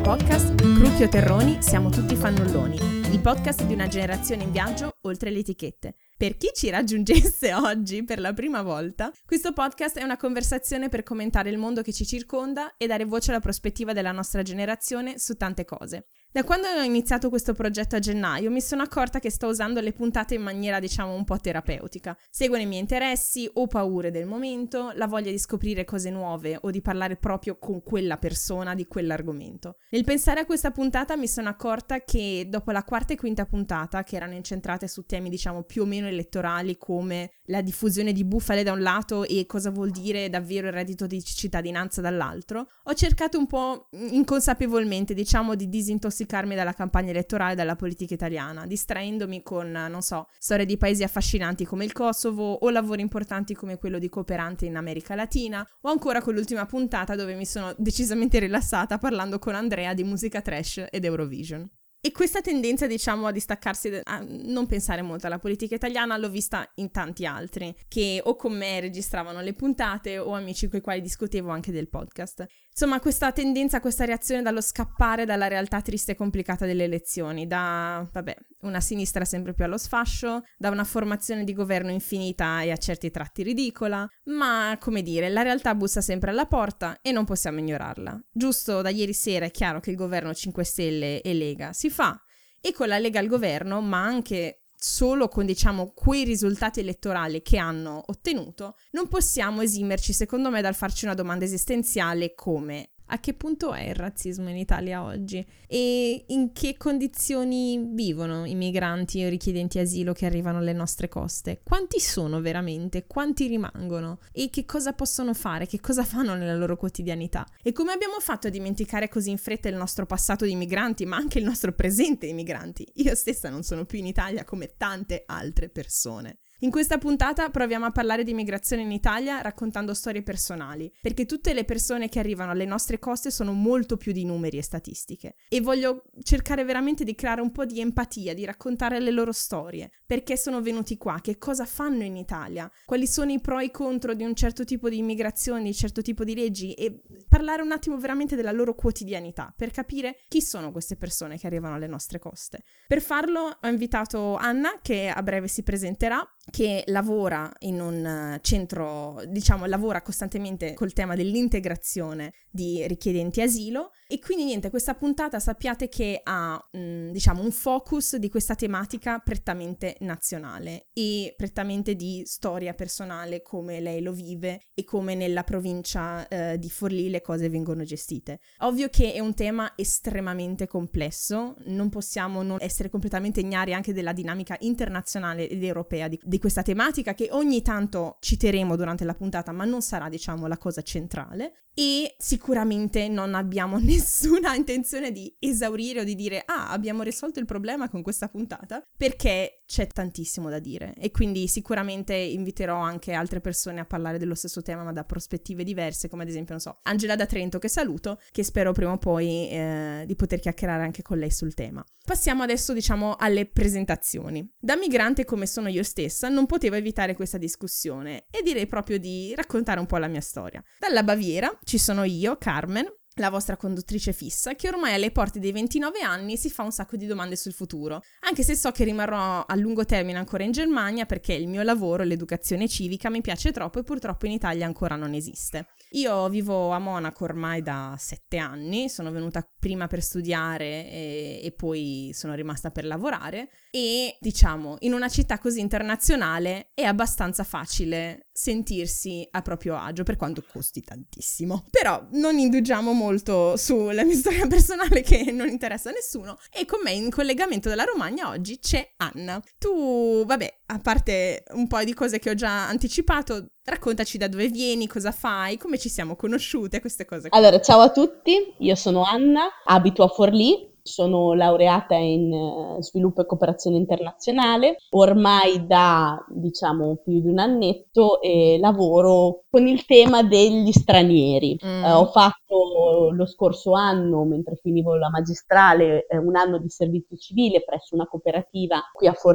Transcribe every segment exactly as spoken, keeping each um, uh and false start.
podcast Crucchio Terroni, siamo tutti fannulloni, il podcast di una generazione in viaggio oltre le etichette. Per chi ci raggiungesse oggi per la prima volta, questo podcast è una conversazione per commentare il mondo che ci circonda e dare voce alla prospettiva della nostra generazione su tante cose. Da quando ho iniziato questo progetto a gennaio mi sono accorta che sto usando le puntate in maniera, diciamo, un po' terapeutica. Seguono i miei interessi o paure del momento, la voglia di scoprire cose nuove o di parlare proprio con quella persona di quell'argomento. Nel pensare a questa puntata mi sono accorta che dopo la quarta e quinta puntata, che erano incentrate su temi, diciamo, più o meno elettorali come la diffusione di bufale da un lato e cosa vuol dire davvero il reddito di cittadinanza dall'altro, ho cercato un po' inconsapevolmente, diciamo, di disintossicarmi dalla campagna elettorale e dalla politica italiana, distraendomi con, non so, storie di paesi affascinanti come il Kosovo o lavori importanti come quello di cooperante in America Latina o ancora con l'ultima puntata dove mi sono decisamente rilassata parlando con Andrea di musica trash ed Eurovision. E questa tendenza, diciamo, a distaccarsi, a non pensare molto alla politica italiana l'ho vista in tanti altri, che o con me registravano le puntate o amici con i quali discutevo anche del podcast. Insomma, questa tendenza, questa reazione dallo scappare dalla realtà triste e complicata delle elezioni, da, vabbè, una sinistra sempre più allo sfascio, da una formazione di governo infinita e a certi tratti ridicola, ma, come dire, la realtà bussa sempre alla porta e non possiamo ignorarla. Giusto da ieri sera è chiaro che il governo cinque Stelle e Lega si fa, e con la Lega al governo, ma anche solo con, diciamo, quei risultati elettorali che hanno ottenuto, non possiamo esimerci, secondo me, dal farci una domanda esistenziale come: a che punto è il razzismo in Italia oggi? E in che condizioni vivono i migranti o i richiedenti asilo che arrivano alle nostre coste? Quanti sono veramente? Quanti rimangono? E che cosa possono fare? Che cosa fanno nella loro quotidianità? E come abbiamo fatto a dimenticare così in fretta il nostro passato di migranti, ma anche il nostro presente di migranti? Io stessa non sono più in Italia come tante altre persone. In questa puntata proviamo a parlare di migrazione in Italia raccontando storie personali, perché tutte le persone che arrivano alle nostre coste sono molto più di numeri e statistiche. E voglio cercare veramente di creare un po' di empatia, di raccontare le loro storie, perché sono venuti qua, che cosa fanno in Italia, quali sono i pro e i contro di un certo tipo di immigrazione, di un certo tipo di leggi, e parlare un attimo veramente della loro quotidianità, per capire chi sono queste persone che arrivano alle nostre coste. Per farlo ho invitato Anna, che a breve si presenterà, che lavora in un centro, diciamo, lavora costantemente col tema dell'integrazione di richiedenti asilo, e quindi niente, questa puntata sappiate che ha, mh, diciamo, un focus di questa tematica prettamente nazionale e prettamente di storia personale, come lei lo vive e come nella provincia eh, di Forlì le cose vengono gestite. Ovvio che è un tema estremamente complesso, non possiamo non essere completamente ignari anche della dinamica internazionale ed europea di di questa tematica, che ogni tanto citeremo durante la puntata, ma non sarà, diciamo, la cosa centrale. E sicuramente non abbiamo nessuna intenzione di esaurire o di dire ah, abbiamo risolto il problema con questa puntata, perché c'è tantissimo da dire e quindi sicuramente inviterò anche altre persone a parlare dello stesso tema, ma da prospettive diverse, come ad esempio, non so, Angela da Trento, che saluto, che spero prima o poi eh, di poter chiacchierare anche con lei sul tema. Passiamo adesso, diciamo, alle presentazioni. Da migrante come sono io stessa non potevo evitare questa discussione e direi proprio di raccontare un po' la mia storia. Dalla Baviera ci sono io, Carmen, la vostra conduttrice fissa, che ormai alle porte dei ventinove anni si fa un sacco di domande sul futuro, anche se so che rimarrò a lungo termine ancora in Germania perché il mio lavoro, l'educazione civica, mi piace troppo e purtroppo in Italia ancora non esiste. Io vivo a Monaco ormai da sette anni, sono venuta prima per studiare e, e poi sono rimasta per lavorare e, diciamo, in una città così internazionale è abbastanza facile sentirsi a proprio agio, per quanto costi tantissimo. Però non indugiamo molto sulla mia storia personale, che non interessa a nessuno, e con me in collegamento dalla Romagna oggi c'è Anna. Tu, vabbè, a parte un po' di cose che ho già anticipato, raccontaci da dove vieni, cosa fai, come ci siamo conosciute, queste cose. Allora, ciao a tutti, io sono Anna, abito a Forlì, sono laureata in uh, sviluppo e cooperazione internazionale, ormai da, diciamo, più di un annetto e lavoro con il tema degli stranieri. Mm. Uh, ho fatto lo scorso anno, mentre finivo la magistrale, eh, un anno di servizio civile presso una cooperativa qui a Forlì,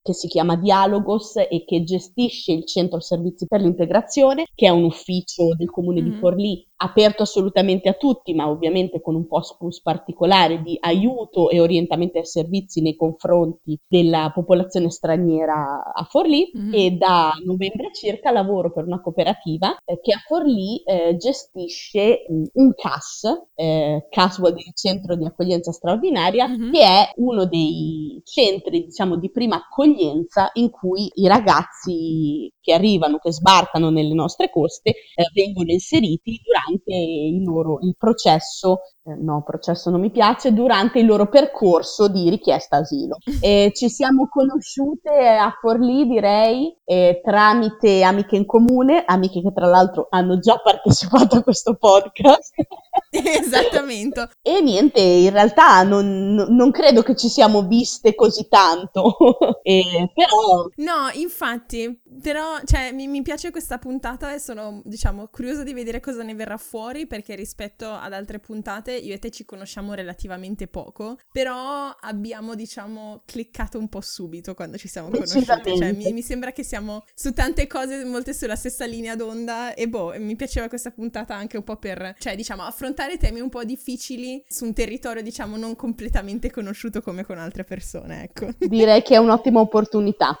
che si chiama Dialogos e che gestisce il Centro Servizi per l'Integrazione, che è un ufficio del comune mm-hmm. di Forlì, aperto assolutamente a tutti, ma ovviamente con un focus particolare di aiuto e orientamento ai servizi nei confronti della popolazione straniera a Forlì. Mm-hmm. E da novembre circa lavoro per una cooperativa eh, che a Forlì eh, gestisce mh, un C A S, eh, C A S vuol dire Centro di Accoglienza Straordinaria, mm-hmm. che è uno dei centri, diciamo, di prima accoglienza in cui i ragazzi che arrivano, che sbarcano nelle nostre coste, eh, vengono inseriti durante il loro il processo, eh, no, processo non mi piace, durante il loro percorso di richiesta asilo. E ci siamo conosciute a Forlì, direi, eh, tramite amiche in comune, amiche che tra l'altro hanno già partecipato a questo podcast. Esattamente. E niente, in realtà non, non credo che ci siamo viste così tanto, e, però... No, infatti, però, cioè, mi, mi piace questa puntata e sono, diciamo, curiosa di vedere cosa ne verrà fuori, perché rispetto ad altre puntate io e te ci conosciamo relativamente poco, però abbiamo, diciamo, cliccato un po' subito quando ci siamo conosciute, cioè mi, mi sembra che siamo su tante cose, molte sulla stessa linea d'onda, e boh, mi piaceva questa puntata anche un po' per, cioè, diciamo, affrontare temi un po' difficili su un territorio, diciamo, non completamente conosciuto come con altre persone, ecco. Direi che è un'ottima opportunità.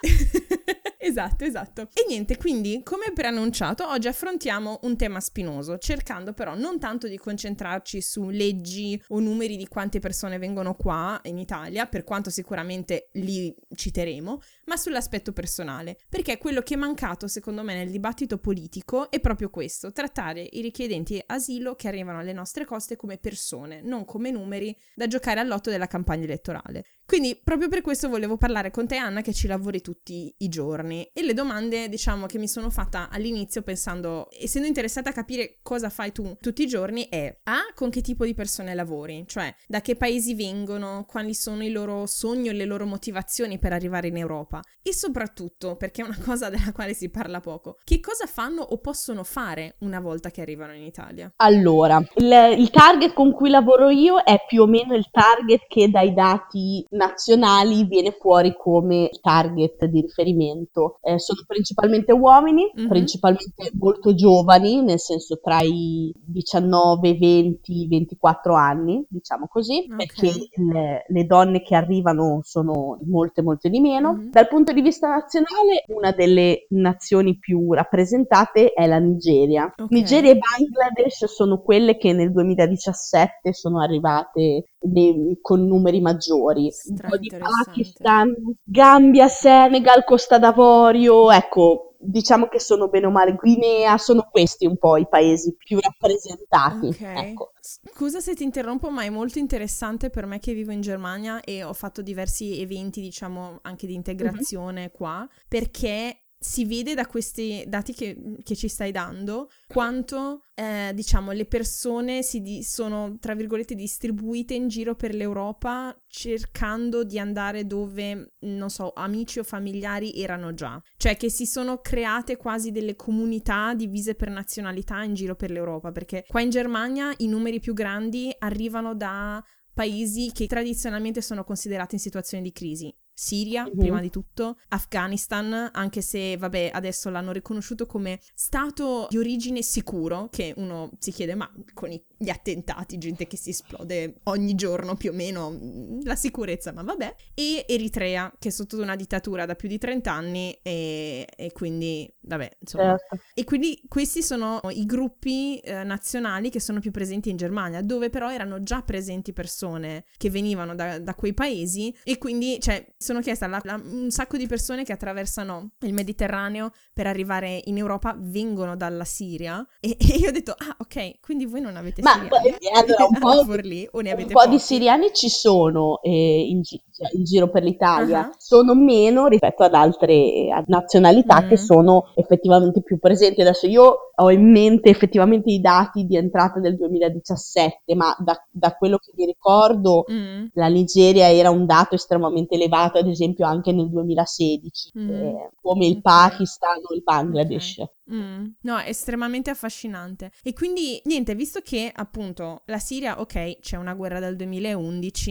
Esatto, esatto. E niente, quindi, come preannunciato, oggi affrontiamo un tema spinoso, cercando però non tanto di concentrarci su leggi o numeri di quante persone vengono qua in Italia, per quanto sicuramente li citeremo, ma sull'aspetto personale, perché quello che è mancato, secondo me, nel dibattito politico è proprio questo: trattare i richiedenti asilo che arrivano alle nostre coste come persone, non come numeri da giocare all'otto della campagna elettorale. Quindi, proprio per questo volevo parlare con te, Anna, che ci lavori tutti i giorni. E le domande, diciamo, che mi sono fatta all'inizio, pensando, essendo interessata a capire cosa fai tu tutti i giorni, è: A, con che tipo di persone lavori? Cioè, da che paesi vengono, quali sono i loro sogni o le loro motivazioni per arrivare in Europa? E soprattutto, perché è una cosa della quale si parla poco, che cosa fanno o possono fare una volta che arrivano in Italia? Allora, il, il target con cui lavoro io è più o meno il target che dai dati nazionali viene fuori come target di riferimento. Eh, sono principalmente uomini, mm-hmm. principalmente molto giovani, nel senso tra i diciannove, venti, ventiquattro anni, diciamo così, okay. perché le, le donne che arrivano sono molte, molte di meno. Mm-hmm. Dal punto di vista nazionale, una delle nazioni più rappresentate è la Nigeria. Okay. Nigeria e Bangladesh sono quelle che nel duemiladiciassette sono arrivate nei, con numeri maggiori. Un po' di Pakistan, Gambia, Senegal, Costa d'Avorio, ecco, diciamo che sono bene o male Guinea, sono questi un po' i paesi più rappresentati. Okay. Ecco. Scusa se ti interrompo, ma è molto interessante per me che vivo in Germania e ho fatto diversi eventi, diciamo, anche di integrazione uh-huh. qua, perché si vede da questi dati che, che ci stai dando quanto, eh, diciamo, le persone si di- sono, tra virgolette, distribuite in giro per l'Europa cercando di andare dove, non so, amici o familiari erano già. Cioè che si sono create quasi delle comunità divise per nazionalità in giro per l'Europa, perché qua in Germania i numeri più grandi arrivano da paesi che tradizionalmente sono considerati in situazioni di crisi. Siria, uh-huh. prima di tutto, Afghanistan, anche se, vabbè, adesso l'hanno riconosciuto come stato di origine sicuro, che uno si chiede, ma con i, gli attentati, gente che si esplode ogni giorno più o meno, la sicurezza, ma vabbè, e Eritrea, che è sotto una dittatura da più di trenta anni e, e quindi, vabbè, insomma. Certo. E quindi questi sono i gruppi eh, nazionali che sono più presenti in Germania, dove però erano già presenti persone che venivano da, da quei paesi, e quindi, cioè, sono chiesta la, la, un sacco di persone che attraversano il Mediterraneo per arrivare in Europa vengono dalla Siria, e, e io ho detto, ah ok, quindi voi non avete Ma siriani allora, un po', Forlì, o ne avete un po' pochi? di siriani ci sono eh, in, gi- in giro per l'Italia, uh-huh. sono meno rispetto ad altre nazionalità mm. che sono effettivamente più presenti. Adesso io ho in mente effettivamente i dati di entrata del duemiladiciassette, ma da, da quello che mi ricordo mm. la Nigeria era un dato estremamente elevato, ad esempio anche nel duemilasedici, mm. eh, come il okay. Pakistan o il Bangladesh. Okay. Mm. No, è estremamente affascinante. E quindi, niente, visto che appunto la Siria, ok, c'è una guerra dal duemilaundici,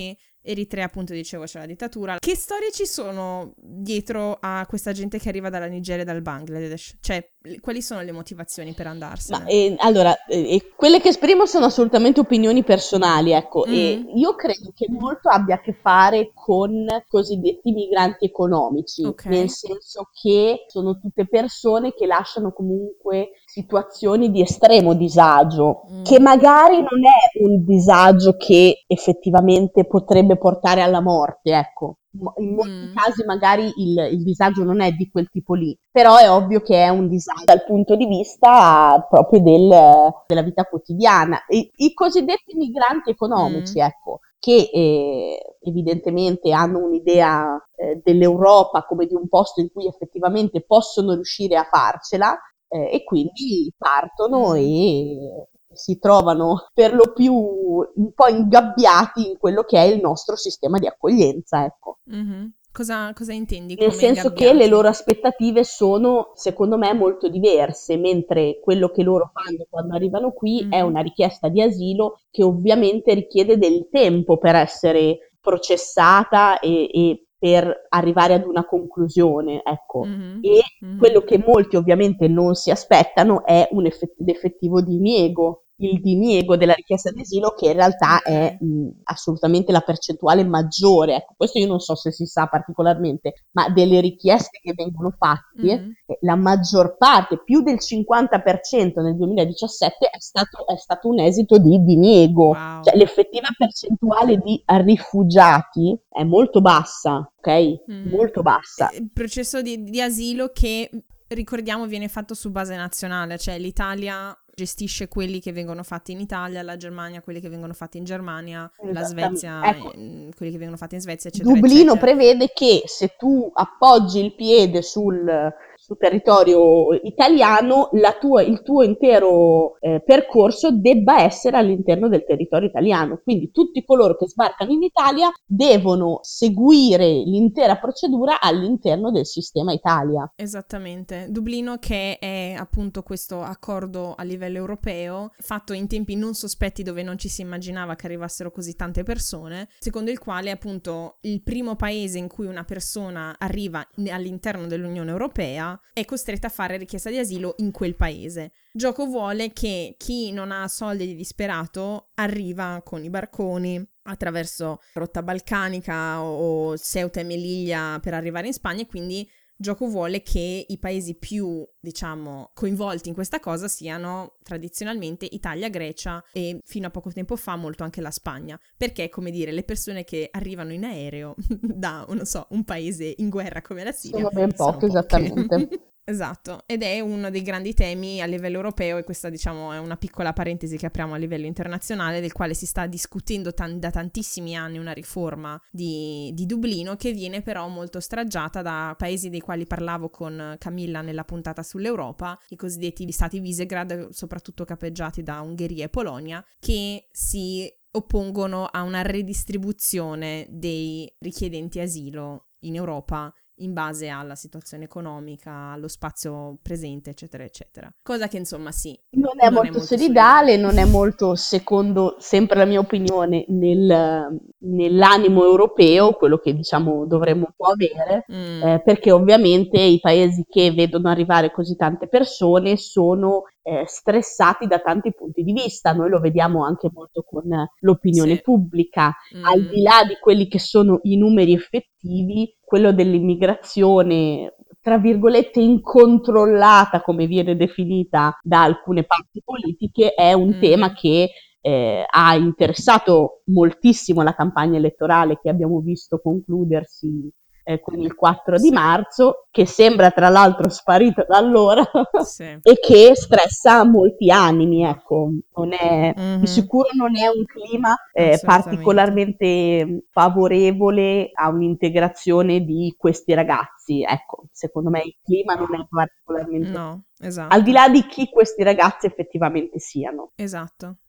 Eritrea, appunto, dicevo, c'è la dittatura. Che storie ci sono dietro a questa gente che arriva dalla Nigeria e dal Bangladesh? Cioè, quali sono le motivazioni per andarsene? Ma eh, allora, eh, quelle che esprimo sono assolutamente opinioni personali, ecco, Mm. e io credo che molto abbia a che fare con cosiddetti migranti economici, Ok. nel senso che sono tutte persone che lasciano comunque situazioni di estremo disagio, Mm. che magari non è un disagio che effettivamente potrebbe portare alla morte, ecco. Mo- In molti Mm. casi magari il, il disagio non è di quel tipo lì, però è ovvio che è un disagio dal punto di vista proprio del- della vita quotidiana. I, i cosiddetti migranti economici, Mm. ecco, che eh, evidentemente hanno un'idea eh, dell'Europa come di un posto in cui effettivamente possono riuscire a farcela, eh, e quindi partono Mm. e si trovano per lo più un po' ingabbiati in quello che è il nostro sistema di accoglienza, ecco. Mhm. Cosa, cosa intendi Nel come senso che le ingabbiati? loro aspettative sono, secondo me, molto diverse, mentre quello che loro fanno quando arrivano qui è Mhm. una richiesta di asilo che ovviamente richiede del tempo per essere processata e, e per arrivare ad una conclusione, ecco. Mhm. E Mhm. quello che molti ovviamente non si aspettano è un eff- l'effettivo diniego, il diniego della richiesta di asilo, che in realtà Ok. è mh, assolutamente la percentuale maggiore. Ecco, questo io non so se si sa particolarmente, ma delle richieste che vengono fatte, Mm. eh, la maggior parte, più del cinquanta per cento nel duemiladiciassette è stato, è stato un esito di diniego. Wow. Cioè l'effettiva percentuale di rifugiati è molto bassa, ok? Mhm. Molto bassa. Il processo di, di asilo che, ricordiamo, viene fatto su base nazionale, cioè l'Italia gestisce quelli che vengono fatti in Italia, la Germania quelli che vengono fatti in Germania, la Esattamente. Svezia Ecco, eh, quelli che vengono fatti in Svezia, eccetera, Dublino eccetera. prevede che se tu appoggi il piede sul, sul territorio italiano, la tua, il tuo intero eh, percorso debba essere all'interno del territorio italiano. Quindi tutti coloro che sbarcano in Italia devono seguire l'intera procedura all'interno del sistema Italia. Esattamente, Dublino, che è appunto questo accordo a livello europeo fatto in tempi non sospetti, dove non ci si immaginava che arrivassero così tante persone, secondo il quale appunto il primo paese in cui una persona arriva all'interno dell'Unione Europea è costretta a fare richiesta di asilo in quel paese. Gioco vuole che chi non ha soldi di disperato arriva con i barconi attraverso rotta balcanica o Ceuta e Melilla per arrivare in Spagna, e quindi Gioco vuole che i paesi più, diciamo, coinvolti in questa cosa siano tradizionalmente Italia, Grecia e fino a poco tempo fa molto anche la Spagna, perché, come dire, le persone che arrivano in aereo da, non so, un paese in guerra come la Siria Sono ben sono poche, poche. esattamente. Esatto, ed è uno dei grandi temi a livello europeo, e questa, diciamo, è una piccola parentesi che apriamo a livello internazionale, del quale si sta discutendo tan- da tantissimi anni una riforma di, di Dublino, che viene però molto straggiata da paesi dei quali parlavo con Camilla nella puntata sull'Europa, i cosiddetti stati Visegrad, soprattutto capeggiati da Ungheria e Polonia, che si oppongono a una redistribuzione dei richiedenti asilo in Europa in base alla situazione economica, allo spazio presente, eccetera, eccetera. Cosa che, insomma, sì, Non è non è molto molto solidale, solidale. non è molto, secondo sempre la mia opinione, nel- nell'animo europeo, quello che diciamo dovremmo un po' avere, Mm, eh, perché ovviamente i paesi che vedono arrivare così tante persone sono eh, stressati da tanti punti di vista. Noi lo vediamo anche molto con eh, l'opinione sì. pubblica, al Mm, di là di quelli che sono i numeri effettivi, quello dell'immigrazione, tra virgolette, incontrollata, come viene definita da alcune parti politiche, è un tema mhm. che eh, ha interessato moltissimo la campagna elettorale che abbiamo visto concludersi eh, con il quattro di Sì, marzo, che sembra tra l'altro sparito da allora sì. e che stressa molti animi, ecco, non è, di Mhm, sicuro non è un clima eh, assolutamente. particolarmente favorevole a un'integrazione di questi ragazzi, ecco, secondo me il clima non è particolarmente, No, al di esatto. là di chi questi ragazzi effettivamente siano. Esatto.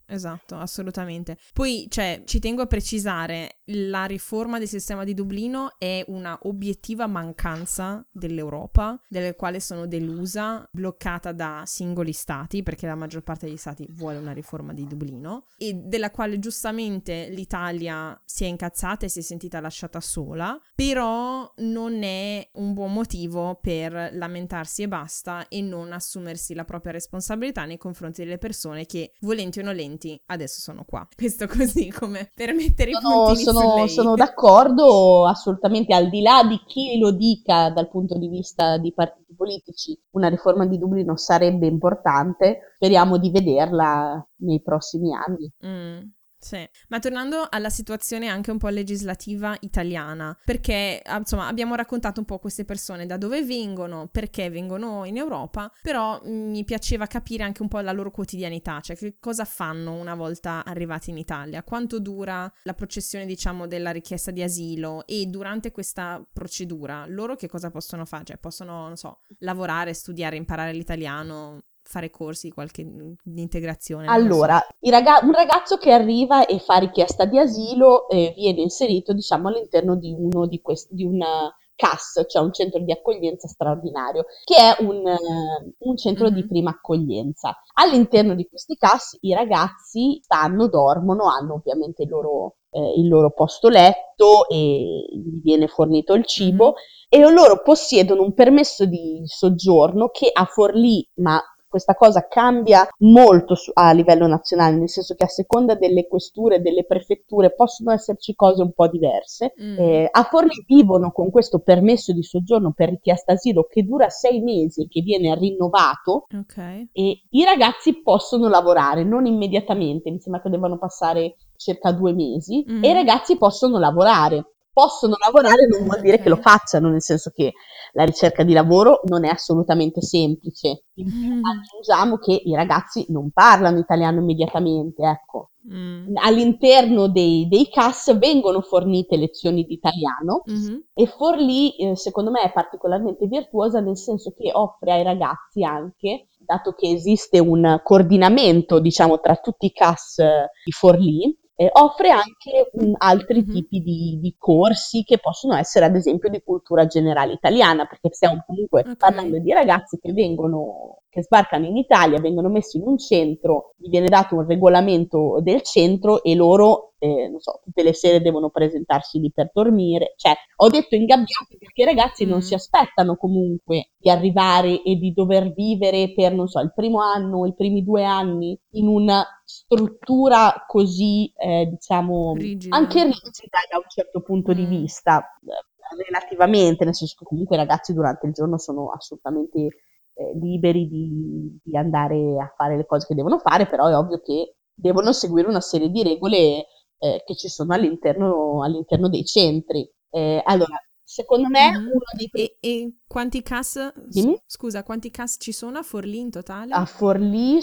Esatto, assolutamente. Poi, cioè, ci tengo a precisare, la riforma del sistema di Dublino è una obiettiva mancanza dell'Europa, delle quale sono delusa, bloccata da singoli stati, perché la maggior parte degli stati vuole una riforma di Dublino, e della quale giustamente l'Italia si è incazzata e si è sentita lasciata sola, però non è un buon motivo per lamentarsi e basta e non assumersi la propria responsabilità nei confronti delle persone che, volenti o nolenti, adesso sono qua. Questo così come per mettere i Sono, puntini sono, su lei. sono d'accordo assolutamente, al di là di chi lo dica dal punto di vista di partiti politici, una riforma di Dublino sarebbe importante, speriamo di vederla nei prossimi anni. Mm. Sì, ma tornando alla situazione anche un po' legislativa italiana, perché insomma abbiamo raccontato un po' queste persone, da dove vengono, perché vengono in Europa, però mi piaceva capire anche un po' la loro quotidianità, cioè che cosa fanno una volta arrivati in Italia, quanto dura la processione, diciamo, della richiesta di asilo, e durante questa procedura loro che cosa possono fare? Cioè possono, non so, lavorare, studiare, imparare l'italiano, fare corsi, qualche di integrazione. Allora, so. i raga- un ragazzo che arriva e fa richiesta di asilo eh, viene inserito, diciamo, all'interno di uno di questi, di una C A S, cioè un centro di accoglienza straordinario, che è un, eh, un centro Mm-hmm. di prima accoglienza. All'interno di questi C A S i ragazzi stanno, dormono, hanno ovviamente il loro, eh, il loro posto letto e gli viene fornito il cibo, mm-hmm. e loro possiedono un permesso di soggiorno che a Forlì, ma questa cosa cambia molto su, a livello nazionale, nel senso che a seconda delle questure, delle prefetture, possono esserci cose un po' diverse. Mm. Eh, a Forlì vivono con questo permesso di soggiorno per richiesta asilo che dura sei mesi e che viene rinnovato. Okay. E i ragazzi possono lavorare, non immediatamente, mi sembra che debbano passare circa due mesi, mm. e i ragazzi possono lavorare. Possono lavorare non vuol dire okay. che lo facciano, nel senso che la ricerca di lavoro non è assolutamente semplice. Mm. Aggiungiamo che i ragazzi non parlano italiano immediatamente, ecco. Mm. All'interno dei, dei C A S vengono fornite lezioni di italiano, mm-hmm. e Forlì eh, secondo me è particolarmente virtuosa nel senso che offre ai ragazzi anche, dato che esiste un coordinamento, diciamo, tra tutti i C A S di Forlì, Eh, offre anche um, altri mm-hmm. tipi di, di corsi che possono essere ad esempio di cultura generale italiana, perché stiamo comunque okay. parlando di ragazzi che vengono, che sbarcano in Italia, vengono messi in un centro, gli viene dato un regolamento del centro e loro, eh, non so, tutte le sere devono presentarsi lì per dormire, cioè ho detto ingabbiati perché i ragazzi mm-hmm. non si aspettano comunque di arrivare e di dover vivere per, non so, il primo anno, i primi due anni in una struttura così, eh, diciamo, rigida. Anche rigida da un certo punto mm. di vista, eh, relativamente, nel senso che comunque i ragazzi durante il giorno sono assolutamente eh, liberi di, di andare a fare le cose che devono fare, però è ovvio che devono seguire una serie di regole eh, che ci sono all'interno, all'interno dei centri. Eh, allora, secondo me mm-hmm. uno dei primi... E, e quanti C A S, Dimmi? Scusa, quanti C A S ci sono a Forlì in totale? A Forlì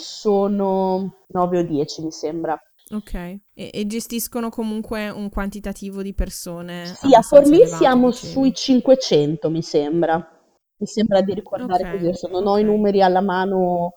sono nove o dieci, mi sembra. Ok, e, e gestiscono comunque un quantitativo di persone? Sì, a Forlì elevato, siamo dicevi. Sui cinquecento, mi sembra. Mi sembra di ricordare okay, così, adesso non okay. ho i numeri alla mano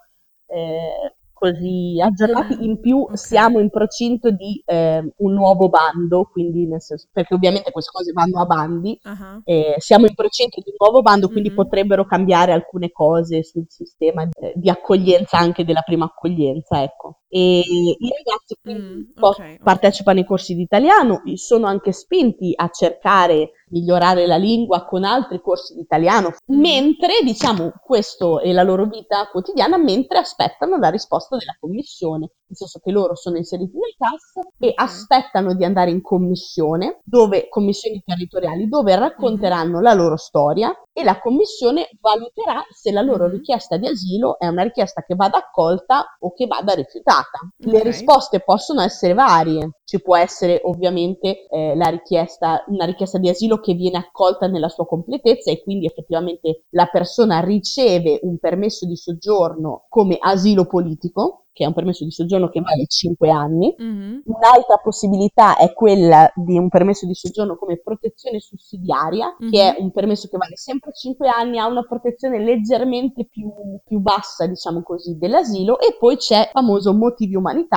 eh, così aggiornati, in più okay. siamo in procinto di eh, un nuovo bando, quindi nel senso, perché ovviamente queste cose vanno a bandi, uh-huh. eh, siamo in procinto di un nuovo bando, quindi mm-hmm. potrebbero cambiare alcune cose sul sistema di, di accoglienza, anche della prima accoglienza, ecco. E i ragazzi quindi mm, okay, partecipano okay. ai corsi di italiano, sono anche spinti a cercare migliorare la lingua con altri corsi di italiano, mm. mentre, diciamo, questo è la loro vita quotidiana, mentre aspettano la risposta della commissione, nel senso che loro sono inseriti nel C A S e okay. aspettano di andare in commissione, dove commissioni territoriali, dove racconteranno mm. la loro storia e la commissione valuterà se la loro mm. richiesta di asilo è una richiesta che vada accolta o che vada rifiutata. Okay. Le risposte possono essere varie, ci può essere ovviamente eh, la richiesta, una richiesta di asilo che viene accolta nella sua completezza e quindi effettivamente la persona riceve un permesso di soggiorno come asilo politico, che è un permesso di soggiorno che vale cinque anni. Mm-hmm. Un'altra possibilità è quella di un permesso di soggiorno come protezione sussidiaria, mm-hmm. che è un permesso che vale sempre cinque anni, ha una protezione leggermente più, più bassa, diciamo così, dell'asilo, e poi c'è il famoso motivi umanitari,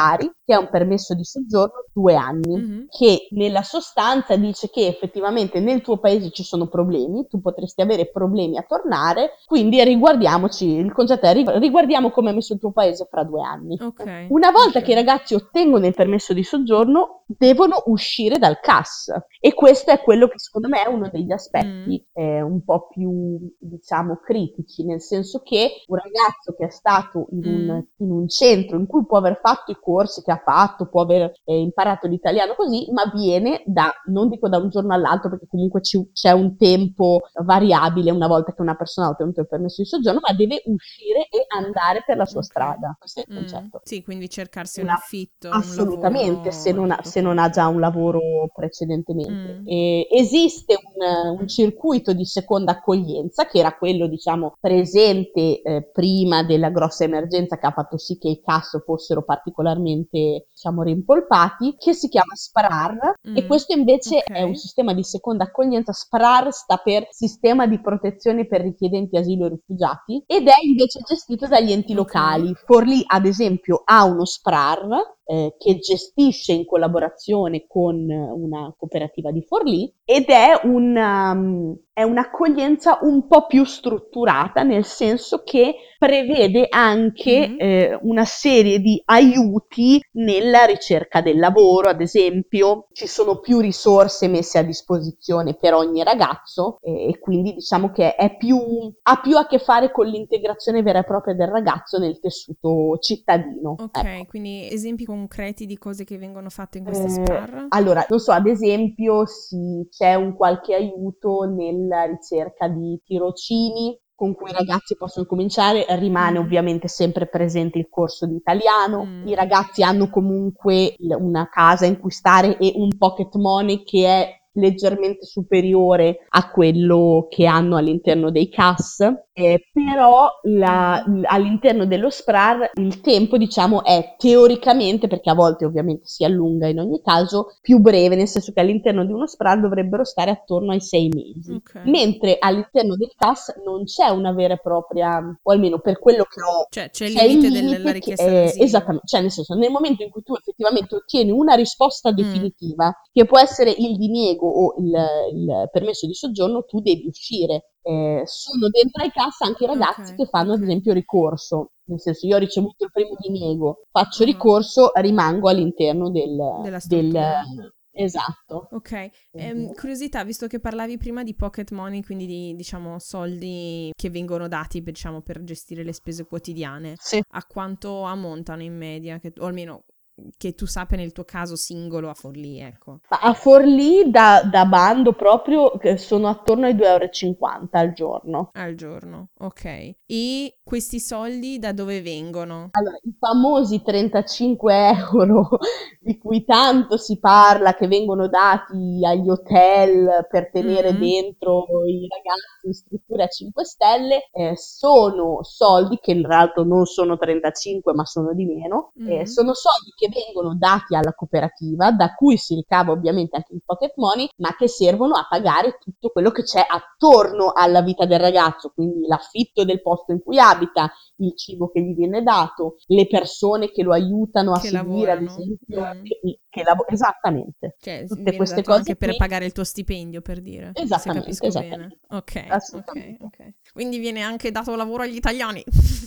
che è un permesso di soggiorno due anni, mm-hmm. che nella sostanza dice che effettivamente nel tuo paese ci sono problemi, tu potresti avere problemi a tornare, quindi riguardiamoci, il concetto è riguardiamo come è messo il tuo paese fra due anni. Okay, Una volta okay. che i ragazzi ottengono il permesso di soggiorno, devono uscire dal C A S, e questo è quello che secondo me è uno degli aspetti mm. eh, un po' più, diciamo, critici, nel senso che un ragazzo che è stato in un, mm. in un centro in cui può aver fatto i corsi che ha fatto, può aver eh, imparato l'italiano così, ma viene da, non dico da un giorno all'altro, perché comunque ci, c'è un tempo variabile una volta che una persona ha ottenuto il permesso di soggiorno, ma deve uscire e andare per la sua Okay. strada. Questo è il Mm. concetto. Sì, quindi cercarsi Una, un affitto, assolutamente, un lavoro, se non, ha, tutto se non ha quanto. già un lavoro precedentemente. Mm. E esiste un, un circuito di seconda accoglienza, che era quello, diciamo, presente eh, prima della grossa emergenza che ha fatto sì che i C A S fossero particolarmente, diciamo, rimpolpati, che si chiama S P R A R, Mm. e questo invece Ok. è un sistema di seconda accoglienza. S P R A R sta per Sistema di Protezione per Richiedenti Asilo e Rifugiati, ed è invece gestito dagli enti Ok. locali. Forlì, ad esempio, ha uno S P R A R eh, che gestisce in collaborazione con una cooperativa di Forlì, ed è, un, um, è un'accoglienza un po' più strutturata, nel senso che prevede anche Mm. eh, una serie di aiuti nella ricerca del lavoro. Ad esempio, ci sono più risorse messe a disposizione per ogni ragazzo, eh, e quindi diciamo che è più, ha più a che fare con l'integrazione vera e propria del ragazzo nel tessuto cittadino. Ok, Ecco. quindi esempi concreti di cose che vengono fatte in queste Eh, S P A R? allora, non so, ad esempio, si, c'è un qualche aiuto nella ricerca di tirocini con cui i ragazzi possono cominciare, rimane Mm. ovviamente sempre presente il corso di italiano, Mm. i ragazzi hanno comunque una casa in cui stare e un pocket money che è leggermente superiore a quello che hanno all'interno dei C A S, eh, però la, Mm. all'interno dello S P R A R il tempo, diciamo, è teoricamente, perché a volte ovviamente si allunga in ogni caso, più breve, nel senso che all'interno di uno S P R A R dovrebbero stare attorno ai sei mesi, Ok. mentre all'interno del C A S non c'è una vera e propria, o almeno per quello che ho, Cioè c'è il c'è il limite limite della che richiesta è, d'asilo. esattamente, cioè nel senso, nel momento in cui tu effettivamente ottieni una risposta Mm. definitiva, che può essere il diniego o il, il permesso di soggiorno, tu devi uscire. Eh, sono dentro ai C A S anche i ragazzi Ok, che fanno ad ok. esempio ricorso, nel senso, io ho ricevuto il primo diniego, faccio Uh-huh. ricorso, rimango all'interno del, Della del struttura. esatto. Ok, ehm, curiosità, visto che parlavi prima di pocket money, quindi di, diciamo, soldi che vengono dati, diciamo, per gestire le spese quotidiane, Sì. a quanto ammontano in media, che, o almeno che tu sappia nel tuo caso singolo a Forlì, ecco. Ma a Forlì da, da bando proprio che sono attorno ai due euro e cinquanta al giorno. Al giorno, ok. E questi soldi da dove vengono? Allora, i famosi trentacinque euro di cui tanto si parla, che vengono dati agli hotel per tenere Mm. dentro i ragazzi in strutture a cinque stelle, eh, sono soldi che in realtà non sono trentacinque ma sono di meno, Mm. eh, sono soldi che vengono dati alla cooperativa, da cui si ricava ovviamente anche il pocket money, ma che servono a pagare tutto quello che c'è attorno alla vita del ragazzo, quindi l'affitto del posto in cui abita, il cibo che gli viene dato, le persone che lo aiutano a Che seguire, ad lavorano. esempio, Mm. che, che lav- esattamente, Cioè, tutte viene queste dato cose anche per qui. pagare il tuo stipendio, per dire, se Esattamente, capisco esattamente. bene. Ok, ok, Assolutamente. ok. Quindi viene anche dato lavoro agli italiani.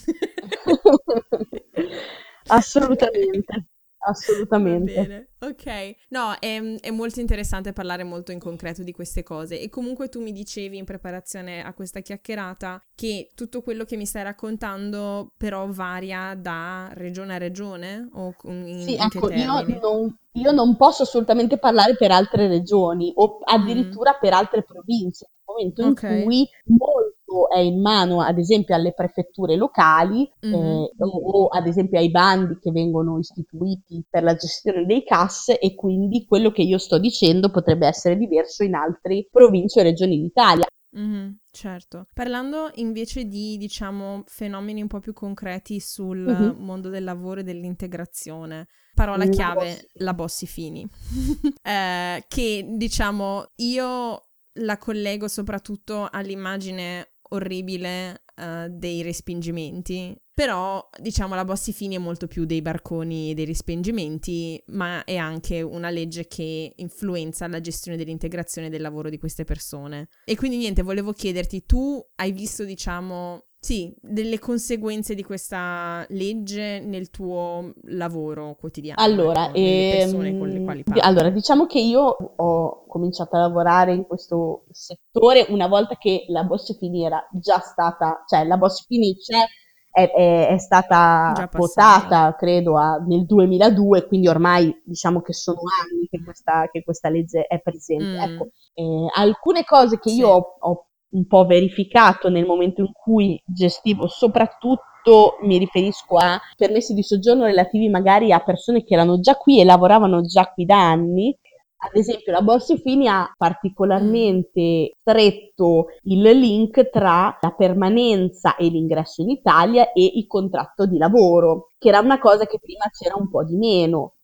Assolutamente, Ok. Va assolutamente. bene, ok. No, è, è molto interessante parlare molto in concreto di queste cose e comunque tu mi dicevi in preparazione a questa chiacchierata che tutto quello che mi stai raccontando però varia da regione a regione o in, Sì, in che ecco, io termini? non, io non posso assolutamente parlare per altre regioni o Mm, addirittura per altre province, nel momento in ok. cui molto è in mano, ad esempio, alle prefetture locali, Mhm. eh, o, o ad esempio ai bandi che vengono istituiti per la gestione dei C A S, e quindi quello che io sto dicendo potrebbe essere diverso in altre province o regioni d'Italia. Mhm, certo. Parlando invece di, diciamo, fenomeni un po' più concreti sul Mhm. mondo del lavoro e dell'integrazione, parola La chiave, Bossi. la Bossi-Fini, eh, che, diciamo, io la collego soprattutto all'immagine orribile uh, dei respingimenti, però diciamo la Bossi-Fini è molto più dei barconi e dei respingimenti, ma è anche una legge che influenza la gestione dell'integrazione del lavoro di queste persone. E quindi niente, volevo chiederti, tu hai visto diciamo... Sì, delle conseguenze di questa legge nel tuo lavoro quotidiano, allora, ecco, nelle persone ehm, con le quali parli. Allora, diciamo che io ho cominciato a lavorare in questo settore una volta che la Bossi-Fini era già stata, cioè la Bossi-Fini c'è, è, è, è stata votata, credo, a, nel duemiladue, quindi ormai diciamo che sono anni che questa, che questa legge è presente. Mm. Ecco, eh, alcune cose che sì. io ho, ho un po' verificato nel momento in cui gestivo, soprattutto mi riferisco a permessi di soggiorno relativi magari a persone che erano già qui e lavoravano già qui da anni. Ad esempio la Bossi-Fini ha particolarmente stretto il link tra la permanenza e l'ingresso in Italia e il contratto di lavoro, che era una cosa che prima c'era un po' di meno.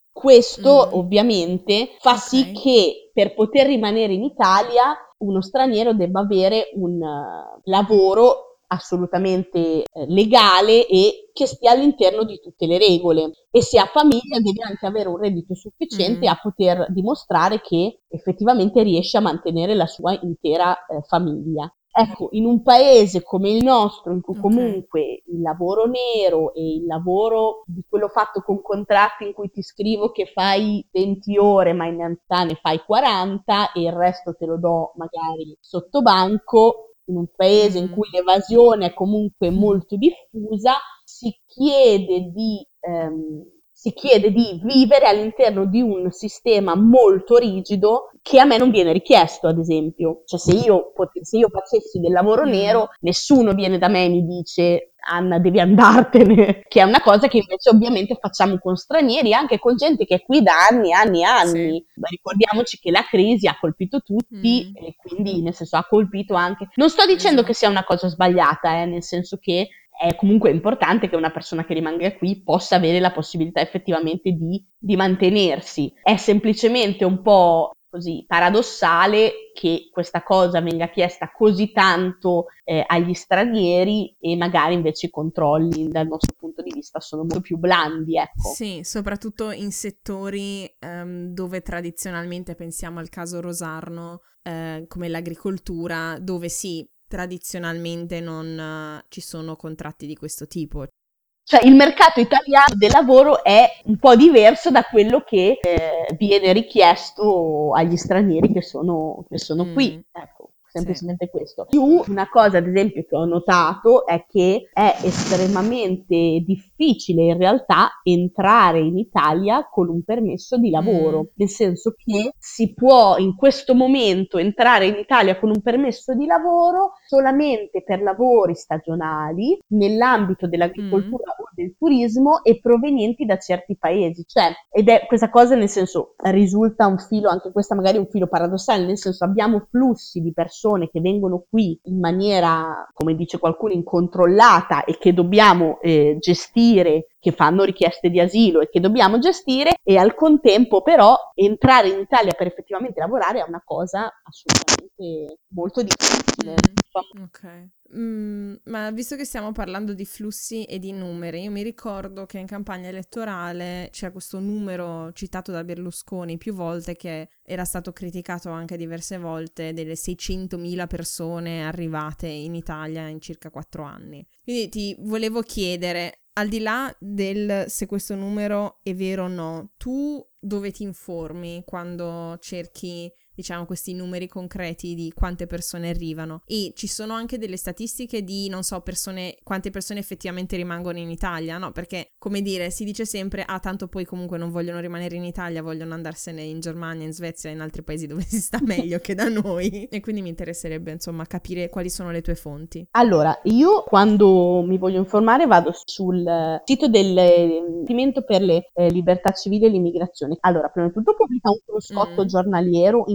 Questo mm. ovviamente fa okay. sì che per poter rimanere in Italia uno straniero debba avere un uh, lavoro assolutamente eh, legale e che stia all'interno di tutte le regole, e se ha famiglia deve anche avere un reddito sufficiente mm. a poter dimostrare che effettivamente riesce a mantenere la sua intera eh, famiglia. Ecco, in un paese come il nostro, in cui okay. comunque il lavoro nero e il lavoro di quello fatto con contratti in cui ti scrivo che fai venti ore ma in realtà ne fai quaranta e il resto te lo do magari sotto banco, in un paese mm. in cui l'evasione è comunque mm. molto diffusa, si chiede di... Ehm, si chiede di vivere all'interno di un sistema molto rigido che a me non viene richiesto, ad esempio. Cioè se io, pot- se io facessi del lavoro mm. nero, nessuno viene da me e mi dice Anna devi andartene, che è una cosa che invece ovviamente facciamo con stranieri, anche con gente che è qui da anni, anni, anni. Sì. Ma ricordiamoci che la crisi ha colpito tutti mm. e quindi nel senso ha colpito anche... Non sto dicendo esatto. che sia una cosa sbagliata, eh, nel senso che è comunque importante che una persona che rimanga qui possa avere la possibilità effettivamente di, di mantenersi. È semplicemente un po' così paradossale che questa cosa venga chiesta così tanto eh, agli stranieri e magari invece i controlli dal nostro punto di vista sono molto più blandi, ecco. Sì, soprattutto in settori um, dove tradizionalmente pensiamo al caso Rosarno, eh, come l'agricoltura, dove sì, tradizionalmente non uh, ci sono contratti di questo tipo. Cioè il mercato italiano del lavoro è un po' diverso da quello che eh, viene richiesto agli stranieri che sono, che sono mm. qui, ecco. Semplicemente sì. questo. Più una cosa, ad esempio, che ho notato è che è estremamente difficile in realtà entrare in Italia con un permesso di lavoro, mm. nel senso che si può in questo momento entrare in Italia con un permesso di lavoro solamente per lavori stagionali nell'ambito dell'agricoltura mm. o del turismo e provenienti da certi paesi. Cioè, ed è questa cosa nel senso risulta un filo, anche questa magari un filo paradossale, nel senso abbiamo flussi di persone che vengono qui in maniera, come dice qualcuno, incontrollata e che dobbiamo eh, gestire, che fanno richieste di asilo e che dobbiamo gestire, e al contempo però entrare in Italia per effettivamente lavorare è una cosa assolutamente molto difficile. Mm, ok. Mm, ma visto che stiamo parlando di flussi e di numeri, io mi ricordo che in campagna elettorale c'è questo numero citato da Berlusconi più volte, che era stato criticato anche diverse volte, delle seicentomila persone arrivate in Italia in circa quattro anni. Quindi ti volevo chiedere, al di là del se questo numero è vero o no, tu dove ti informi quando cerchi, diciamo, questi numeri concreti di quante persone arrivano? E ci sono anche delle statistiche di, non so, persone, quante persone effettivamente rimangono in Italia, no? Perché, come dire, si dice sempre, ah, tanto poi comunque non vogliono rimanere in Italia, vogliono andarsene in Germania, in Svezia, in altri paesi dove si sta meglio che da noi. E quindi mi interesserebbe, insomma, capire quali sono le tue fonti. Allora, io quando mi voglio informare vado sul sito del Dipartimento per le eh, libertà civili e l'immigrazione. Allora, prima di tutto pubblica un cruscotto mm. giornaliero in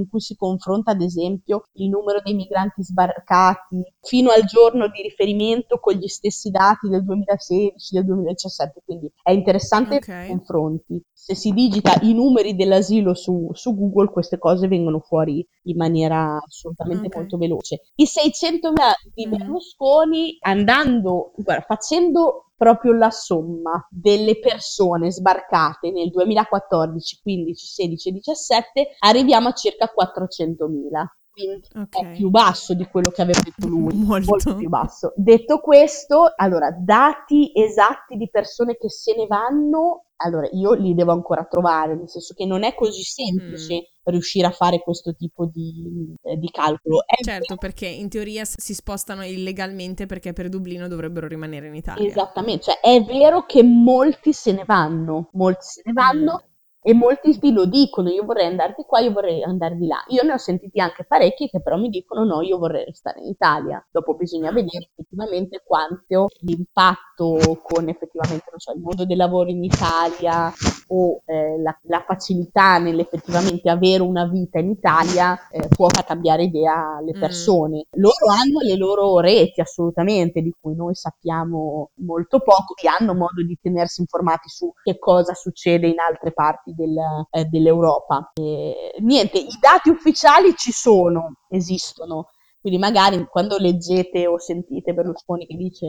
cui si confronta ad esempio il numero dei migranti sbarcati fino al giorno di riferimento con gli stessi dati del duemilasedici, del duemiladiciassette, quindi è interessante Ok. i confronti. Se si digita i numeri dell'asilo su, su Google, queste cose vengono fuori in maniera assolutamente Ok. molto veloce. I seicentomila di Mhm. Berlusconi, andando, guarda, facendo proprio la somma delle persone sbarcate nel duemilaquattordici, quindici, sedici e diciassette, arriviamo a circa quattrocentomila. Quindi Ok. è più basso di quello che aveva detto lui, molto Molto. più basso. Detto questo, allora, dati esatti di persone che se ne vanno, allora io li devo ancora trovare, nel senso che non è così semplice Mm. riuscire a fare questo tipo di, eh, di calcolo. È Certo, vero. perché in teoria s- si spostano illegalmente perché per Dublino dovrebbero rimanere in Italia. Esattamente, cioè è vero che molti se ne vanno, molti se ne Mm. vanno e molti vi lo dicono, io vorrei andare di qua, io vorrei andare di là. Io ne ho sentiti anche parecchi che però mi dicono no, io vorrei restare in Italia. Dopo bisogna vedere effettivamente quanto l'impatto con effettivamente, non so, il mondo del lavoro in Italia o eh, la, la facilità nell'effettivamente avere una vita in Italia eh, può far cambiare idea alle Mm. persone. Loro hanno le loro reti assolutamente, di cui noi sappiamo molto poco, e hanno modo di tenersi informati su che cosa succede in altre parti del, eh, dell'Europa. E, niente, i dati ufficiali ci sono, esistono. Quindi magari quando leggete o sentite Berlusconi che dice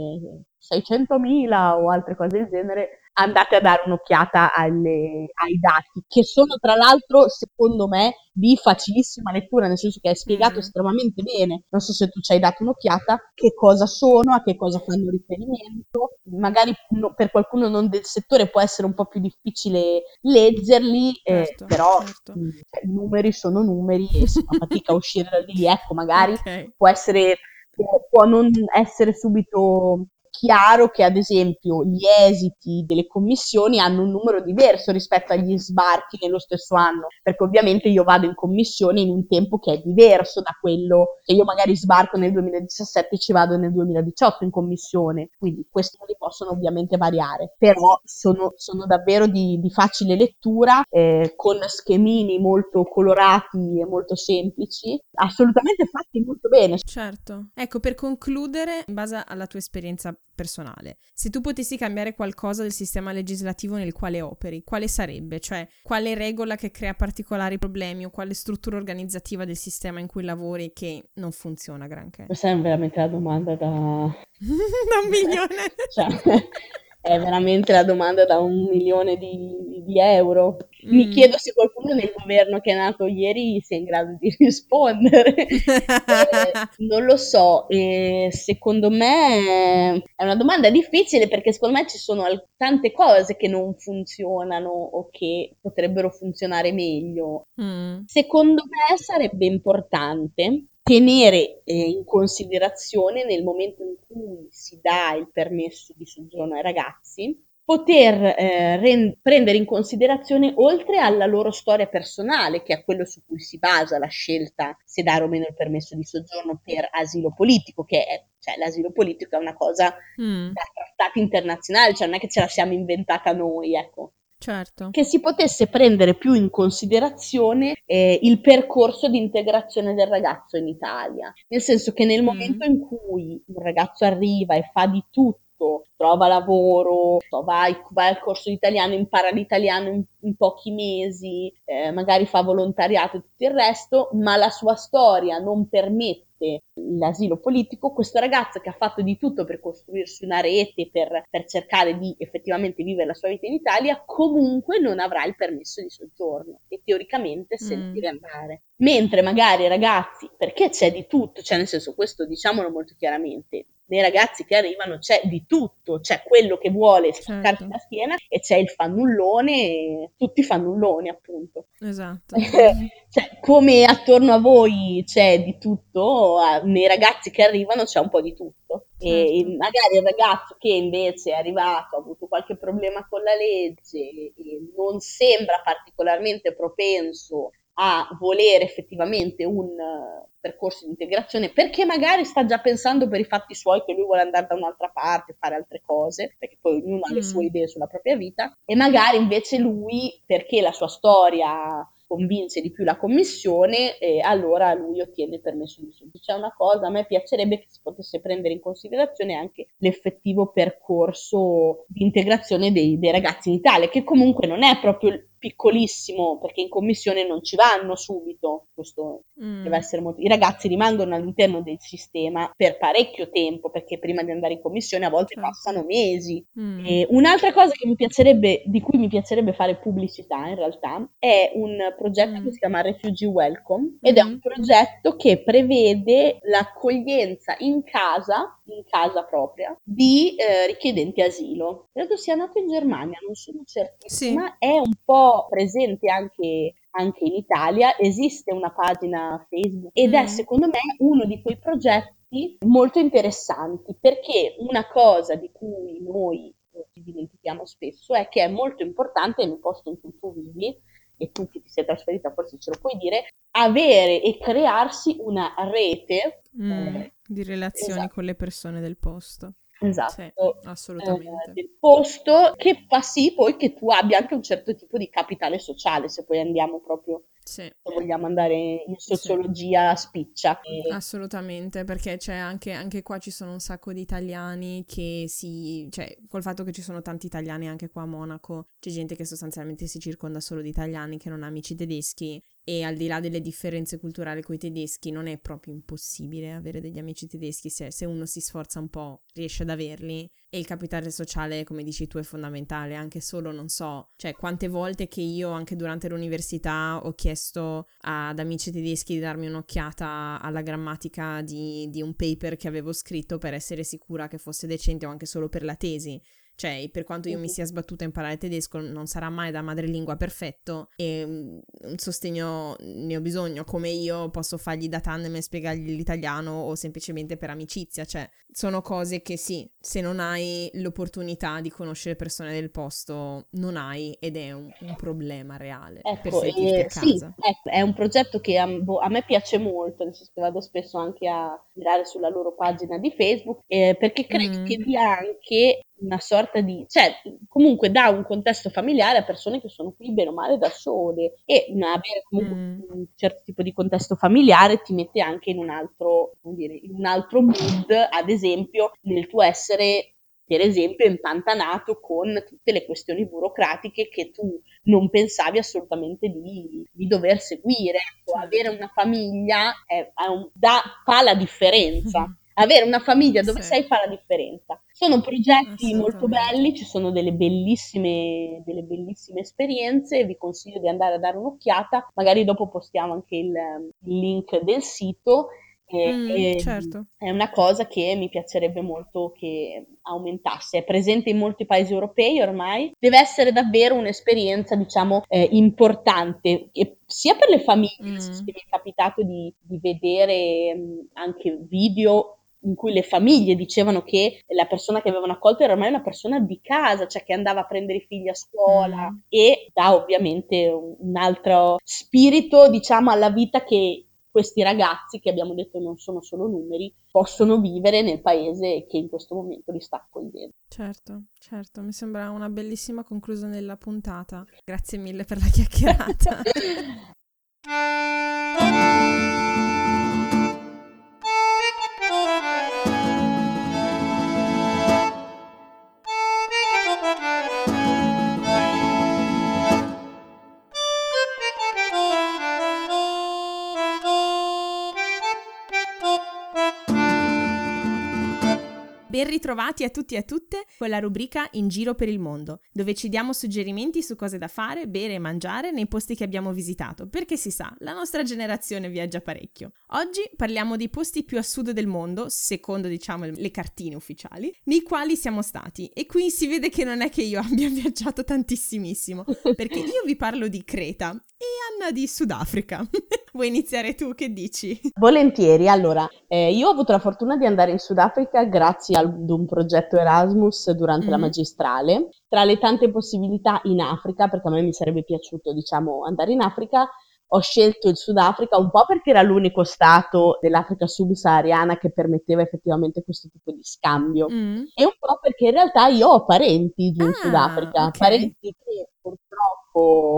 seicentomila o altre cose del genere, andate a dare un'occhiata alle, ai dati, che sono tra l'altro, secondo me, di facilissima lettura, nel senso che è spiegato Mm. estremamente bene. Non so se tu ci hai dato un'occhiata, che cosa sono, a che cosa fanno riferimento. Magari no, per qualcuno non del settore può essere un po' più difficile leggerli, eh, Certo, però certo. mh, cioè, numeri sono numeri e si fa fatica a uscire da lì. Ecco, magari Ok. può essere, può, può non essere subito chiaro che ad esempio gli esiti delle commissioni hanno un numero diverso rispetto agli sbarchi nello stesso anno, perché ovviamente io vado in commissione in un tempo che è diverso da quello che io magari sbarco nel duemiladiciassette e ci vado nel duemiladiciotto in commissione, quindi questi numeri possono ovviamente variare, però sono, sono davvero di, di facile lettura, eh, con schemini molto colorati e molto semplici, assolutamente fatti molto bene. Certo. Ecco, per concludere, in base alla tua esperienza personale, se tu potessi cambiare qualcosa del sistema legislativo nel quale operi, quale sarebbe? Cioè, quale regola che crea particolari problemi o quale struttura organizzativa del sistema in cui lavori che non funziona granché? Questa è veramente la domanda da... Da un milione! cioè, è veramente la domanda da un milione di, di euro. Mi Mm. chiedo se qualcuno nel governo che è nato ieri sia in grado di rispondere. Eh, non lo so, e secondo me è una domanda difficile perché secondo me ci sono al- tante cose che non funzionano o che potrebbero funzionare meglio. Mm. Secondo me sarebbe importante tenere eh, in considerazione nel momento in cui si dà il permesso di soggiorno ai ragazzi, poter eh, ren- prendere in considerazione, oltre alla loro storia personale, che è quello su cui si basa la scelta se dare o meno il permesso di soggiorno per asilo politico, che è, cioè l'asilo politico è una cosa Mm. da trattati internazionali, cioè non è che ce la siamo inventata noi, ecco, Certo. che si potesse prendere più in considerazione eh, il percorso di integrazione del ragazzo in Italia. Nel senso che nel Mm. momento in cui un ragazzo arriva e fa di tutto, trova lavoro, so, vai, vai al corso di italiano, impara l'italiano in, in pochi mesi, eh, magari fa volontariato e tutto il resto, ma la sua storia non permette l'asilo politico, questo ragazzo che ha fatto di tutto per costruirsi una rete, per, per cercare di effettivamente vivere la sua vita in Italia, comunque non avrà il permesso di soggiorno e teoricamente se ne Mm. deve andare. Mentre magari ragazzi, perché c'è di tutto, cioè nel senso questo diciamolo molto chiaramente, nei ragazzi che arrivano c'è di tutto, c'è quello che vuole spaccarsi Certo. la schiena e c'è il fannullone, tutti fannulloni appunto. Esatto. Cioè, come attorno a voi c'è di tutto, a- nei ragazzi che arrivano c'è un po' di tutto. E Certo. il- magari il ragazzo che invece è arrivato, ha avuto qualche problema con la legge e non sembra particolarmente propenso a volere effettivamente un eh, percorso di integrazione, perché magari sta già pensando per i fatti suoi che lui vuole andare da un'altra parte, fare altre cose, perché poi ognuno ha le sue Mm. idee sulla propria vita, e magari invece lui, perché la sua storia convinse di più la commissione e allora lui ottiene il permesso di soggiorno. C'è una cosa, a me piacerebbe che si potesse prendere in considerazione anche l'effettivo percorso di integrazione dei, dei ragazzi in Italia, che comunque non è proprio piccolissimo, perché in commissione non ci vanno subito, questo mm. deve essere molto... I ragazzi rimangono all'interno del sistema per parecchio tempo, perché prima di andare in commissione a volte certo. passano mesi. Mm. E un'altra cosa che mi piacerebbe, di cui mi piacerebbe fare pubblicità in realtà, è un progetto mm. che si chiama Refugee Welcome, ed mm. è un progetto che prevede l'accoglienza in casa, in casa propria, di eh, richiedenti asilo. Credo sia nato in Germania, non sono certissima, sì. È un po' presente anche, anche in Italia, esiste una pagina Facebook ed mm. è secondo me uno di quei progetti molto interessanti, perché una cosa di cui noi ci dimentichiamo spesso è che è molto importante nel posto in cui tu vivi, e tu che ti sei trasferita forse ce lo puoi dire, avere e crearsi una rete mm. eh, di relazioni esatto. con le persone del posto. Esatto, sì, assolutamente. Eh, del posto, che fa sì poi che tu abbia anche un certo tipo di capitale sociale, se poi andiamo proprio, sì. se vogliamo andare in sociologia sì. spiccia. E... Assolutamente, perché c'è anche, anche qua ci sono un sacco di italiani che si, cioè col fatto che ci sono tanti italiani anche qua a Monaco, c'è gente che sostanzialmente si circonda solo di italiani, che non ha amici tedeschi. E al di là delle differenze culturali coi tedeschi non è proprio impossibile avere degli amici tedeschi, se, se uno si sforza un po' riesce ad averli, e il capitale sociale, come dici tu, è fondamentale, anche solo, non so, cioè quante volte che io anche durante l'università ho chiesto ad amici tedeschi di darmi un'occhiata alla grammatica di, di un paper che avevo scritto per essere sicura che fosse decente, o anche solo per la tesi. Cioè, per quanto io mi sia sbattuta a imparare tedesco, non sarà mai da madrelingua perfetto, e un sostegno ne ho bisogno, come io posso fargli da tandem e spiegargli l'italiano, o semplicemente per amicizia. Cioè, sono cose che sì, se non hai l'opportunità di conoscere persone del posto, non hai, ed è un, un problema reale. Ecco, per sentirti eh, a casa. Sì, ecco, è un progetto che a, boh, a me piace molto, nel senso che vado spesso anche a girare sulla loro pagina di Facebook, eh, perché credo mm. che dia anche una sorta di, cioè comunque dà un contesto familiare a persone che sono qui bene o male da sole, e avere comunque mm. un certo tipo di contesto familiare ti mette anche in un altro, come dire, in un altro mood, ad esempio nel tuo essere per esempio impantanato con tutte le questioni burocratiche che tu non pensavi assolutamente di, di dover seguire. Ecco, certo. Avere una famiglia è, è un, da, fa la differenza. Mm. Avere una famiglia dove sì. sei fa la differenza. Sono progetti molto belli, ci sono delle bellissime, delle bellissime esperienze, vi consiglio di andare a dare un'occhiata, magari dopo postiamo anche il, il link del sito. E, mm, e certo. È una cosa che mi piacerebbe molto che aumentasse, è presente in molti paesi europei ormai, deve essere davvero un'esperienza, diciamo, eh, importante, e sia per le famiglie, mm. mi è capitato di, di vedere mh, anche video in cui le famiglie dicevano che la persona che avevano accolto era ormai una persona di casa, cioè che andava a prendere i figli a scuola, mm. e dà ovviamente un, un altro spirito, diciamo, alla vita che questi ragazzi, che abbiamo detto non sono solo numeri, possono vivere nel paese che in questo momento li sta accogliendo. Certo, certo, mi sembra una bellissima conclusione della puntata. Grazie mille per la chiacchierata. Ben ritrovati a tutti e a tutte con la rubrica In Giro per il Mondo, dove ci diamo suggerimenti su cose da fare, bere e mangiare nei posti che abbiamo visitato, perché si sa, la nostra generazione viaggia parecchio. Oggi parliamo dei posti più a sud del mondo, secondo diciamo le cartine ufficiali, nei quali siamo stati, e qui si vede che non è che io abbia viaggiato tantissimissimo, perché io vi parlo di Creta e Anna di Sudafrica. Vuoi iniziare tu, che dici? Volentieri, allora, eh, io ho avuto la fortuna di andare in Sudafrica grazie ad un progetto Erasmus durante mm. la magistrale. Tra le tante possibilità in Africa, perché a me mi sarebbe piaciuto, diciamo, andare in Africa, ho scelto il Sudafrica un po' perché era l'unico stato dell'Africa subsahariana che permetteva effettivamente questo tipo di scambio, mm. e un po' perché in realtà io ho parenti giù ah, in Sudafrica, okay. parenti che purtroppo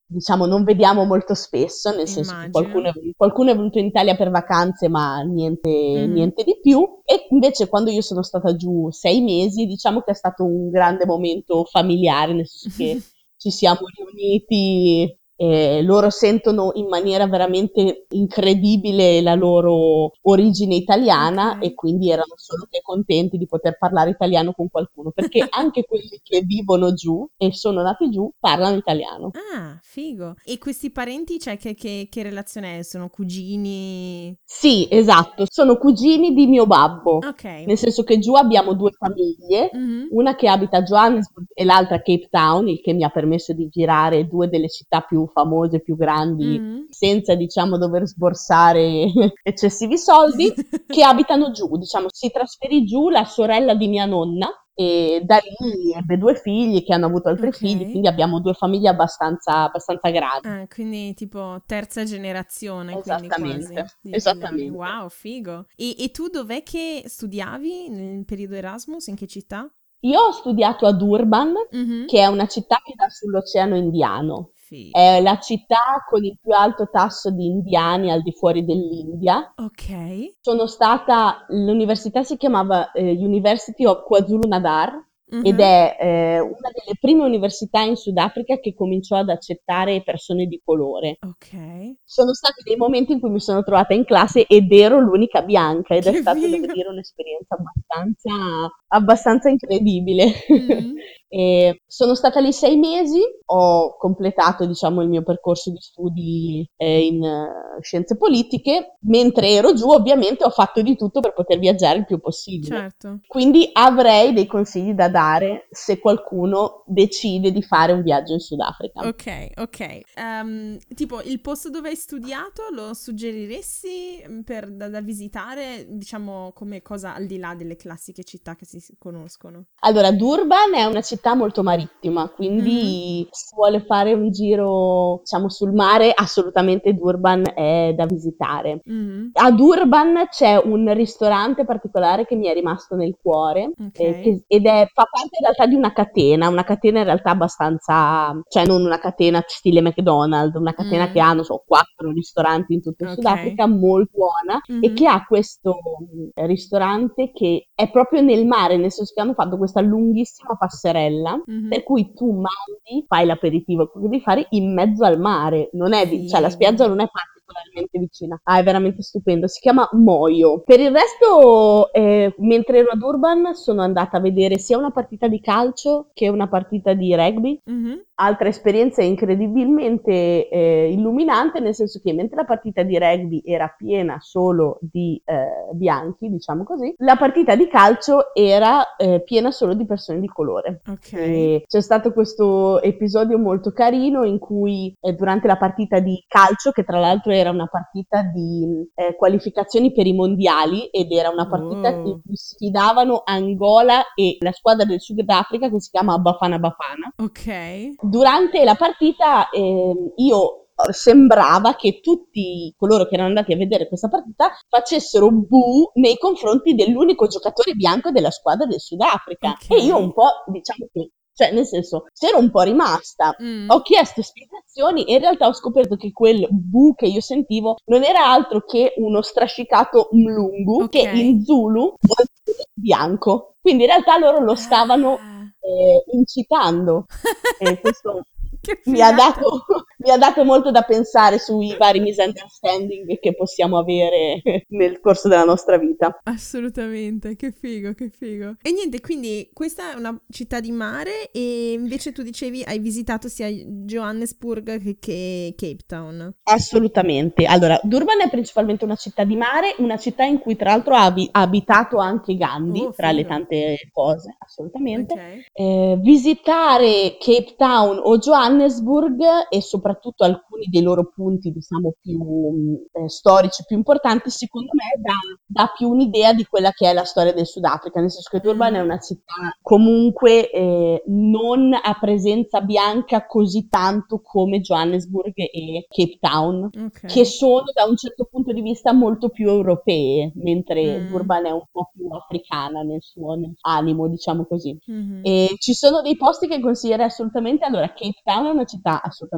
diciamo non vediamo molto spesso, nel senso che Immagino. qualcuno è, qualcuno è venuto in Italia per vacanze, ma niente, Mhm. niente di più. E invece quando io sono stata giù sei mesi, diciamo che è stato un grande momento familiare, nel senso che ci siamo riuniti. E loro sentono in maniera veramente incredibile la loro origine italiana Ok. e quindi erano solo che contenti di poter parlare italiano con qualcuno, perché anche quelli che vivono giù e sono nati giù parlano italiano. Ah, figo. E questi parenti, cioè, che, che, che relazione è? Sono cugini? Sì, esatto, sono cugini di mio babbo, Ok. nel senso che giù abbiamo due famiglie, Mhm. una che abita a Johannesburg e l'altra a Cape Town, il che mi ha permesso di girare due delle città più famose, più grandi, Mhm. senza, diciamo, dover sborsare eccessivi soldi, che abitano giù, diciamo, si trasferì giù la sorella di mia nonna e da lì ebbe due figli che hanno avuto altri Ok. figli, quindi abbiamo due famiglie abbastanza, abbastanza grandi. Ah, quindi tipo terza generazione, quindi Esattamente, quasi, di italiani. esattamente. Wow, figo. E, e tu dov'è che studiavi nel periodo Erasmus? In che città? Io ho studiato a Durban, Mhm. che è una città che dà sull'Oceano Indiano. È Figo. la città con il più alto tasso di indiani al di fuori dell'India. Ok. Sono stata, l'università si chiamava eh, University of KwaZulu-Natal ed Mhm. è eh, una delle prime università in Sudafrica che cominciò ad accettare persone di colore. Ok. Sono stati dei momenti in cui mi sono trovata in classe ed ero l'unica bianca ed è Che stata, devo figo. dire, un'esperienza abbastanza, abbastanza incredibile. Mhm. E sono stata lì sei mesi, ho completato, diciamo, il mio percorso di studi eh, in eh, scienze politiche. Mentre ero giù, ovviamente, ho fatto di tutto per poter viaggiare il più possibile. Certo. Quindi avrei dei consigli da dare se qualcuno decide di fare un viaggio in Sudafrica. Ok, ok. Ehm, tipo, il posto dove hai studiato lo suggeriresti mm, per, da, da visitare, diciamo, come cosa al di là delle classiche città che si s- conoscono? Allora, Durban è una città molto marittima, Mhm. quindi se vuole fare un giro, diciamo, sul mare, assolutamente Durban è da visitare. Mhm. A Durban c'è un ristorante particolare che mi è rimasto nel cuore, eh, Ok. che- ed è, fa parte in realtà di una catena, una catena in realtà abbastanza, cioè non una catena stile McDonald's, una catena che Mm. ha, non so, quattro ristoranti in tutto il Ok. Sudafrica, molto buona, e che Mhm. ha questo mh, ristorante che è proprio nel mare, nel senso che hanno fatto questa lunghissima passerella per Mhm. cui tu mandi, fai l'aperitivo, quello che devi fare in mezzo al mare, non è, vi- cioè la Figo. spiaggia non è particolarmente vicina. Ah, è veramente stupendo, si chiama Moyo. Per il resto, eh, mentre ero ad Urban, sono andata a vedere sia una partita di calcio che una partita di rugby. Mhm. Altra esperienza incredibilmente eh, illuminante, nel senso che mentre la partita di rugby era piena solo di eh, bianchi, diciamo così, la partita di calcio era eh, piena solo di persone di colore. Ok. E c'è stato questo episodio molto carino in cui eh, durante la partita di calcio, che tra l'altro era una partita di eh, qualificazioni per i mondiali ed era una partita in Oh. cui sfidavano Angola e la squadra del Sudafrica che si chiama Bafana Bafana. Ok. Durante la partita ehm, io sembrava che tutti coloro che erano andati a vedere questa partita facessero boo nei confronti dell'unico giocatore bianco della squadra del Sudafrica. Ok. E io un po', diciamo che, cioè nel senso, c'ero un po' rimasta. Ho Mm. chiesto spiegazioni e in realtà ho scoperto che quel boo che io sentivo non era altro che uno strascicato mlungu Ok. che in Zulu vuol dire bianco. Quindi in realtà loro lo stavano Ah. eh, incitando e questo Che mi ha figata. dato, mi ha dato molto da pensare sui vari misunderstanding che possiamo avere nel corso della nostra vita. Assolutamente, che figo, che figo. E niente, quindi questa è una città di mare e invece tu dicevi hai visitato sia Johannesburg che, che Cape Town. Assolutamente. Allora, Durban è principalmente una città di mare, una città in cui tra l'altro ha abi- ha abitato anche Oh, Gandhi, tra le figo. tante cose, assolutamente. Ok. Eh, visitare Cape Town o Johannesburg e soprattutto alcuni dei loro punti, diciamo, più mh, eh, storici, più importanti, secondo me dà, dà più un'idea di quella che è la storia del Sudafrica, nel senso che Durban è Mhm. una città comunque eh, non a presenza bianca così tanto come Johannesburg e Cape Town, che Ok. sono da un certo punto di vista molto più europee, mentre Mm. Durban è un po' più africana nel suo nel animo, diciamo così. Mhm. E ci sono dei posti che consiglierei assolutamente. Allora, Cape Town è una città assolutamente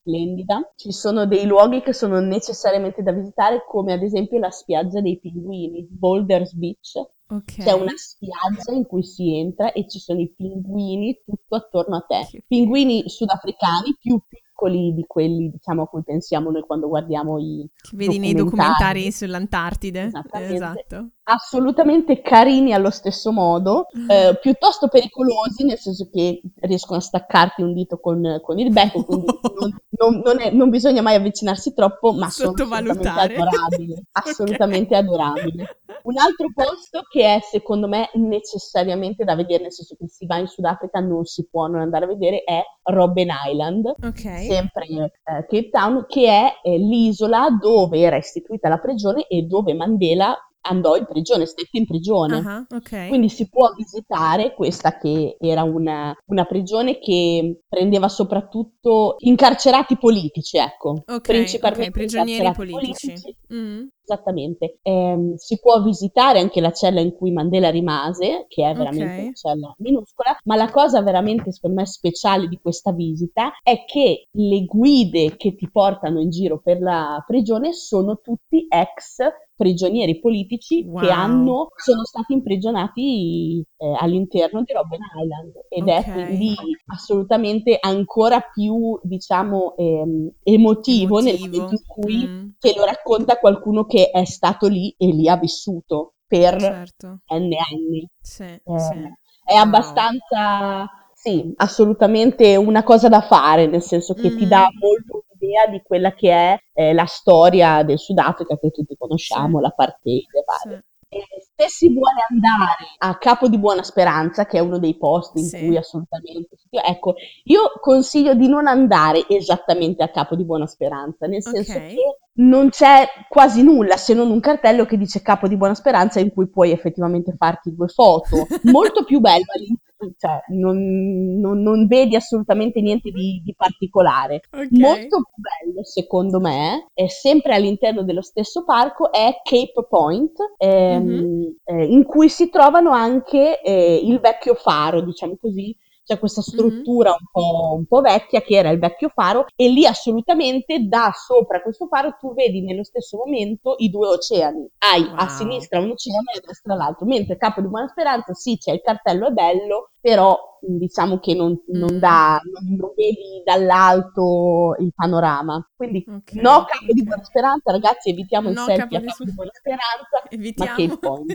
splendida. Ci sono dei luoghi che sono necessariamente da visitare, come ad esempio la spiaggia dei pinguini, Boulders Beach. Ok. C'è una spiaggia in cui si entra e ci sono i pinguini tutto attorno a te. Che Pinguini sudafricani più piccoli di quelli, diciamo, a cui pensiamo noi quando guardiamo i Che vedi nei documentari. documentari sull'Antartide. Esattamente. Esatto. Assolutamente carini allo stesso modo, eh, piuttosto pericolosi, nel senso che riescono a staccarti un dito con, con il becco, quindi non, non- non è- non bisogna mai avvicinarsi troppo, ma sono assolutamente Sottovalutare. adorabili, assolutamente Ok. adorabili. Un altro posto che è secondo me necessariamente da vedere, nel senso che si va in Sudafrica, non si può non andare a vedere, è Robben Island, Ok. sempre eh, Cape Town, che è eh, l'isola dove era istituita la prigione e dove Mandela andò in prigione, stette in prigione. Ah, ok. Quindi si può visitare questa che era una, una prigione che prendeva soprattutto incarcerati politici, ecco, Ok, ok, principalmente prigionieri incarcerati politici. politici. Mm, Esattamente. Ehm, si può visitare anche la cella in cui Mandela rimase, che è veramente una ok. cella minuscola, ma la cosa veramente, secondo me, speciale di questa visita è che le guide che ti portano in giro per la prigione sono tutti ex prigionieri politici che Wow. hanno, sono stati imprigionati eh, all'interno di Robben Island ed Ok. è quindi assolutamente ancora più, diciamo, ehm, emotivo nel Emotivo. momento in cui Mm, te lo racconta qualcuno che è stato lì e lì ha vissuto per certo. n anni. Sì, Eh, sì. è Wow. abbastanza, sì, assolutamente una cosa da fare, nel senso che ti dà Mm, molto un'idea di quella che è eh, la storia del Sudafrica che tutti sì, conosciamo, l'apartheid e sì, varie. E se si vuole andare a Capo di Buona Speranza, che è uno dei posti in cui sì. assolutamente, ecco, io consiglio di non andare esattamente a Capo di Buona Speranza, nel senso Ok. che non c'è quasi nulla se non un cartello che dice Capo di Buona Speranza in cui puoi effettivamente farti due foto. Molto più bello all'interno, cioè non, non- non vedi assolutamente niente di, di particolare. Ok. Molto più bello, secondo me, è sempre all'interno dello stesso parco, è Cape Point, Mhm. ehm, eh, in cui si trovano anche eh, il vecchio faro, diciamo così. C'è questa Mhm. struttura un po', un po' vecchia che era il vecchio faro e lì assolutamente da sopra questo faro tu vedi nello stesso momento i due oceani. Hai a Wow. sinistra un oceano e a destra l'altro, mentre Capo di Buona Speranza sì, c'è il cartello, è bello, però diciamo che non, non Mm, dà, non, non vedi dall'alto il panorama. Quindi ok, no Capo di ok. Buona Speranza, ragazzi, evitiamo il No, selfie capo a di Capo su. di Buona Speranza, ma Evitiamo. Cape Point.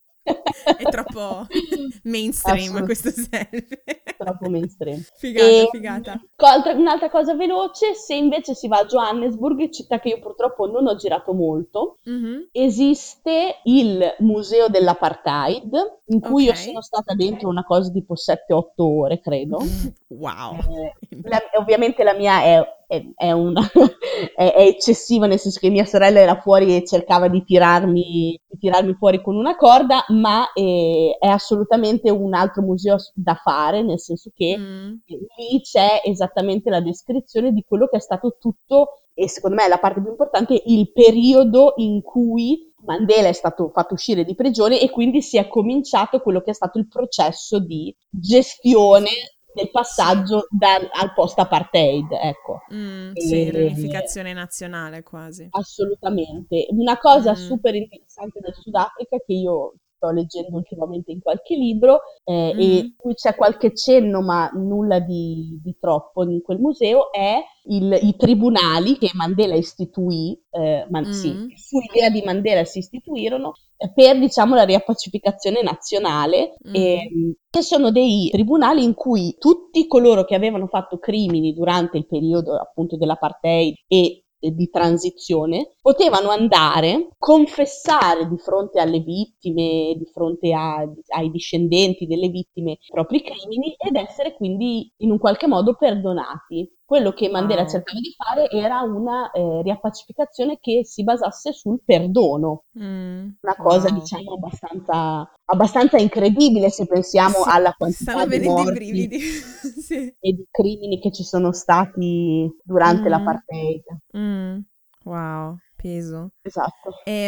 È troppo mainstream Assolut- questo selfie. troppo mainstream. Figata, E figata. co- un'altra cosa veloce, se invece si va a Johannesburg, città che io purtroppo non ho girato molto, Mhm. esiste il museo dell'apartheid, in cui Ok. io sono stata dentro una cosa tipo sette otto ore, credo. Wow. Eh, la- ovviamente la mia è, è- è una- è- è eccessiva, nel senso che mia sorella era fuori e cercava di tirarmi, di tirarmi fuori con una corda, ma eh, è assolutamente un altro museo da fare, nel senso che Mm, lì c'è esattamente la descrizione di quello che è stato tutto, e secondo me è la parte più importante, il periodo in cui Mandela è stato fatto uscire di prigione e quindi si è cominciato quello che è stato il processo di gestione del sì. passaggio dal, al post-apartheid, ecco. Mm, sì, E, riunificazione nazionale quasi. assolutamente. Una cosa Mm, super interessante del Sudafrica che io sto leggendo ultimamente in qualche libro eh, e mhm, cui c'è qualche cenno ma nulla di, di troppo in quel museo è il- i tribunali che Mandela istituì, eh, ma, sì, mm, su idea di Mandela si istituirono eh, per diciamo la riappacificazione nazionale e, mm, che sono dei tribunali in cui tutti coloro che avevano fatto crimini durante il periodo appunto dell'apartheid e di transizione, potevano andare, confessare di fronte alle vittime, di fronte a- ai discendenti delle vittime i propri crimini ed essere quindi in un qualche modo perdonati. Quello che Mandela wow. cercava di fare era una eh, riappacificazione che si basasse sul perdono, Mm, una cosa wow. diciamo abbastanza, abbastanza incredibile se pensiamo Sì, alla stanno quantità di venendo i morti brividi. Sì. e di crimini che ci sono stati durante Mm, l'apartheid. mm, wow, peso. Esatto.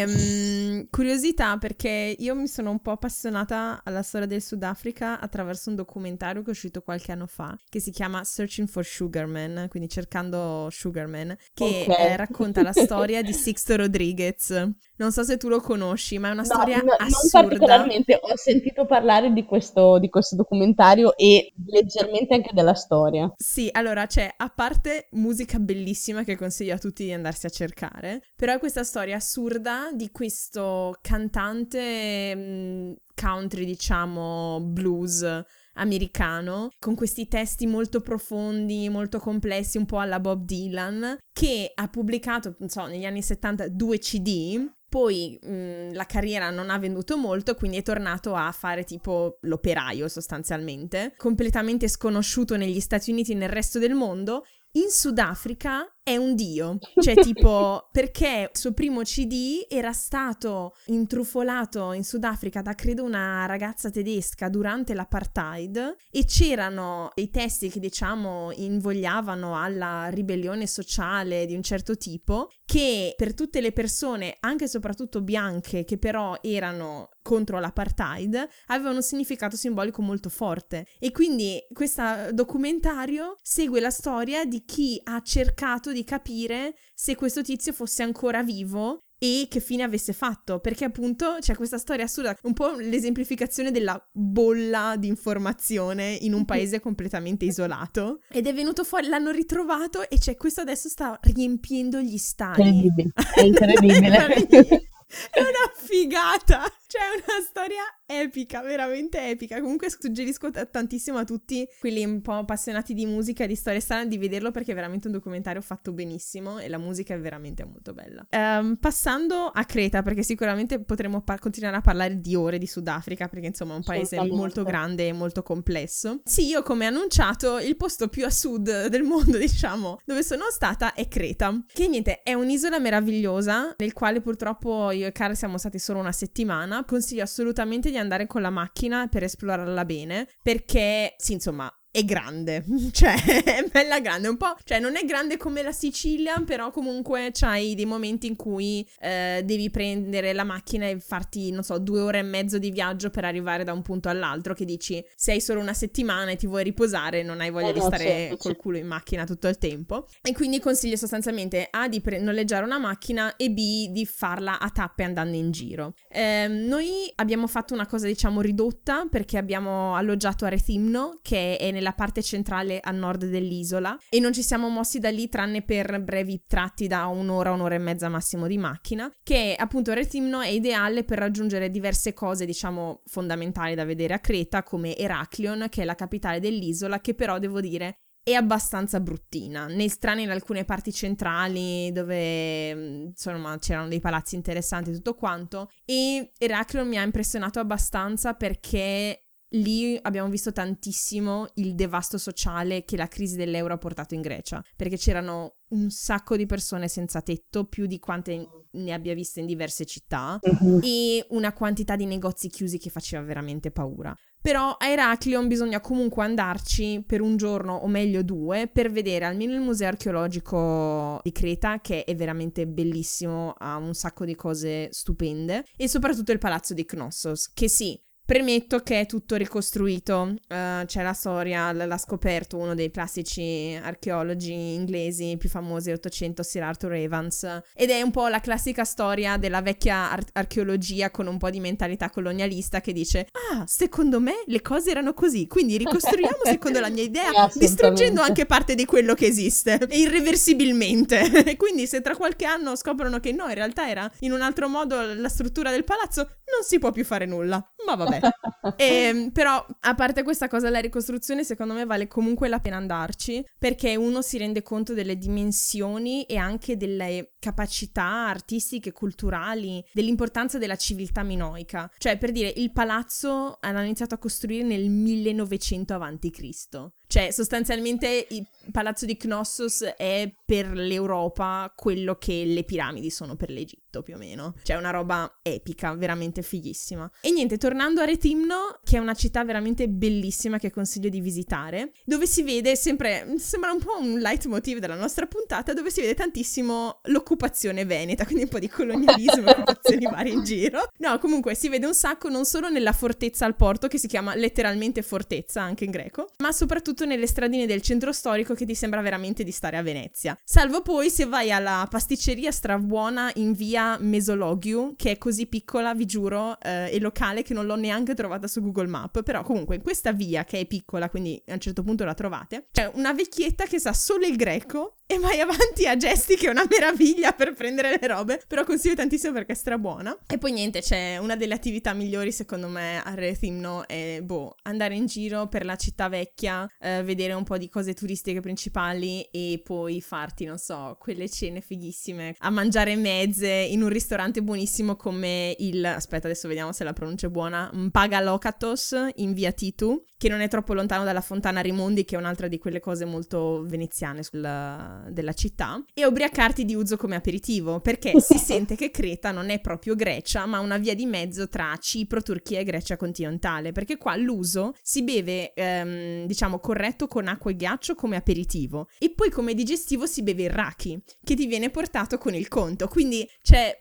Ehm, curiosità, perché io mi sono un po' appassionata alla storia del Sudafrica attraverso un documentario che è uscito qualche anno fa, che si chiama Searching for Sugar Man, quindi cercando Sugar Man, che Ok. eh, racconta la storia di Sixto Rodriguez. Non so se tu lo conosci, ma è una No, storia no, non assurda. particolarmente, ho sentito parlare di questo, di questo documentario e leggermente anche della storia. Sì, allora c'è, a parte musica bellissima che consiglio a tutti di andarsi a cercare, però è questa storia assurda di questo cantante mh, country, diciamo, blues americano, con questi testi molto profondi, molto complessi, un po' alla Bob Dylan, che ha pubblicato, non so, negli anni settanta due C D. Poi mh, la carriera non ha venduto molto, quindi è tornato a fare tipo l'operaio sostanzialmente, completamente sconosciuto negli Stati Uniti e nel resto del mondo. In Sudafrica è un dio, cioè tipo perché il suo primo C D era stato intrufolato in Sudafrica da credo una ragazza tedesca durante l'apartheid e c'erano dei testi che diciamo invogliavano alla ribellione sociale di un certo tipo che per tutte le persone, anche e soprattutto bianche, che però erano contro l'apartheid, avevano un significato simbolico molto forte. E quindi questo documentario segue la storia di chi ha cercato di capire se questo tizio fosse ancora vivo e che fine avesse fatto, perché appunto c'è questa storia assurda, un po' l'esemplificazione della bolla di informazione in un paese completamente isolato, ed è venuto fuori, l'hanno ritrovato e c'è questo adesso sta riempiendo gli stadi. Incredibile, è incredibile. È una figata, cioè è una storia epica, veramente epica. Comunque suggerisco t- tantissimo a tutti quelli un po' appassionati di musica e di storia strana di vederlo, perché è veramente un documentario fatto benissimo e la musica è veramente molto bella. Um, passando a Creta, perché sicuramente potremo par- continuare a parlare di ore di Sudafrica, perché insomma è un paese molto grande e molto complesso. Sì, io come annunciato il posto più a sud del mondo, diciamo, dove sono stata è Creta, che niente, è un'isola meravigliosa nel quale purtroppo io e Cara siamo stati solo una settimana. Consiglio assolutamente di andare con la macchina per esplorarla bene, perché sì, insomma, è grande, cioè è bella grande, un po', cioè non è grande come la Sicilia, però comunque c'hai dei momenti in cui eh, devi prendere la macchina e farti, non so, due ore e mezzo di viaggio per arrivare da un punto all'altro, che dici, se hai solo una settimana e ti vuoi riposare, non hai voglia eh di no, stare certo, col culo in macchina tutto il tempo, e quindi consiglio sostanzialmente A di pre- noleggiare una macchina e B di farla a tappe andando in giro. Eh, noi abbiamo fatto una cosa diciamo ridotta, perché abbiamo alloggiato a Rethymno, che è nella la parte centrale a nord dell'isola, e non ci siamo mossi da lì tranne per brevi tratti da un'ora, un'ora e mezza massimo di macchina, che appunto Rethymno è ideale per raggiungere diverse cose diciamo fondamentali da vedere a Creta, come Heraklion, che è la capitale dell'isola, che però devo dire è abbastanza bruttina, nel strano in alcune parti centrali dove insomma c'erano dei palazzi interessanti e tutto quanto, e Heraklion mi ha impressionato abbastanza perché lì abbiamo visto tantissimo il devasto sociale che la crisi dell'euro ha portato in Grecia, perché c'erano un sacco di persone senza tetto, più di quante ne abbia viste in diverse città, uh-huh. e una quantità di negozi chiusi che faceva veramente paura. Però a Heraklion bisogna comunque andarci per un giorno o meglio due per vedere almeno il museo archeologico di Creta, che è veramente bellissimo, ha un sacco di cose stupende, e soprattutto il palazzo di Knossos, che sì, premetto che è tutto ricostruito, uh, c'è la storia, l- l'ha scoperto uno dei classici archeologi inglesi più famosi dell'Ottocento, Sir Arthur Evans, ed è un po' la classica storia della vecchia ar- archeologia con un po' di mentalità colonialista che dice ah, secondo me le cose erano così, quindi ricostruiamo secondo la mia idea, distruggendo anche parte di quello che esiste, irreversibilmente. E quindi se tra qualche anno scoprono che no, in realtà era in un altro modo la struttura del palazzo, non si può più fare nulla, ma vabbè. E, però a parte questa cosa, la ricostruzione secondo me vale comunque la pena andarci, perché uno si rende conto delle dimensioni e anche delle capacità artistiche, culturali, dell'importanza della civiltà minoica. Cioè, per dire, il palazzo hanno iniziato a costruire nel millenovecento avanti Cristo, Cioè, sostanzialmente il palazzo di Knossos è per l'Europa quello che le piramidi sono per l'Egitto, più o meno. Cioè, una roba epica, veramente fighissima. E niente, tornando a Rethymno, che è una città veramente bellissima che consiglio di visitare, dove si vede sempre, sembra un po' un leitmotiv della nostra puntata, dove si vede tantissimo l'occupazione veneta, quindi un po' di colonialismo e occupazioni varie in giro. No, comunque si vede un sacco non solo nella fortezza al porto, che si chiama letteralmente fortezza anche in greco, ma soprattutto nelle stradine del centro storico che ti sembra veramente di stare a Venezia. Salvo poi se vai alla pasticceria strabuona in via Mesologiu, che è così piccola, vi giuro, eh, e locale, che non l'ho neanche trovata su Google Maps, però comunque in questa via che è piccola, quindi a un certo punto la trovate, c'è una vecchietta che sa solo il greco e vai avanti a gesti che è una meraviglia per prendere le robe, però consiglio tantissimo perché è strabuona. E poi niente, c'è una delle attività migliori secondo me a Rethymno è, boh, andare in giro per la città vecchia, eh, vedere un po' di cose turistiche principali e poi farti, non so, quelle cene fighissime a mangiare mezze in un ristorante buonissimo come il, aspetta adesso vediamo se la pronuncia è buona, Mpagalokatos in via Titu, che non è troppo lontano dalla Fontana Rimondi, che è un'altra di quelle cose molto veneziane sulla della città, e ubriacarti di uzo come aperitivo, perché si sente che Creta non è proprio Grecia, ma una via di mezzo tra Cipro, Turchia e Grecia continentale, perché qua l'uso si beve, ehm, diciamo, corretto con acqua e ghiaccio come aperitivo, e poi come digestivo si beve il raki, che ti viene portato con il conto, quindi c'è...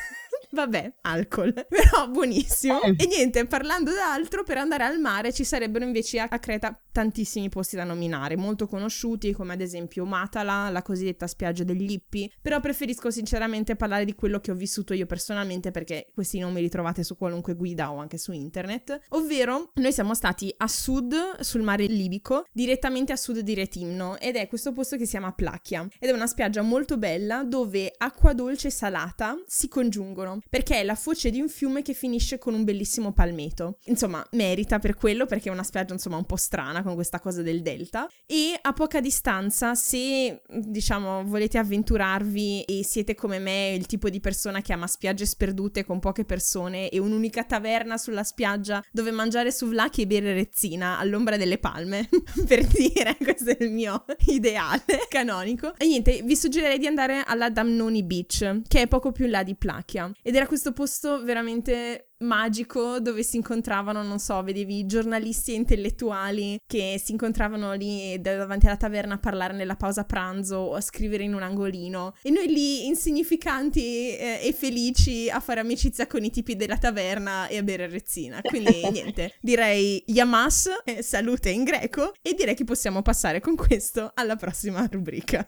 Vabbè, alcol, però buonissimo. E niente, parlando d'altro, per andare al mare ci sarebbero invece a Creta tantissimi posti da nominare, molto conosciuti, come ad esempio Matala, la cosiddetta spiaggia degli Ippi, però preferisco sinceramente parlare di quello che ho vissuto io personalmente, perché questi nomi li trovate su qualunque guida o anche su internet, ovvero noi siamo stati a sud, sul mare Libico, direttamente a sud di Rethymno, ed è questo posto che si chiama Plachia, ed è una spiaggia molto bella dove acqua dolce e salata si congiungono, perché è la foce di un fiume che finisce con un bellissimo palmeto. Insomma, merita per quello, perché è una spiaggia insomma un po' strana con questa cosa del delta, e a poca distanza, se diciamo volete avventurarvi e siete come me il tipo di persona che ama spiagge sperdute con poche persone e un'unica taverna sulla spiaggia dove mangiare souvlaki e bere rezzina all'ombra delle palme, per dire, questo è il mio ideale canonico, e niente, vi suggerirei di andare alla Damnoni Beach, che è poco più in là di Plachia, ed era questo posto veramente magico dove si incontravano, non so, vedevi giornalisti e intellettuali che si incontravano lì davanti alla taverna a parlare nella pausa pranzo o a scrivere in un angolino, e noi lì insignificanti eh, e felici a fare amicizia con i tipi della taverna e a bere rezzina. Quindi niente, direi yamas, eh, salute in greco, e direi che possiamo passare con questo alla prossima rubrica.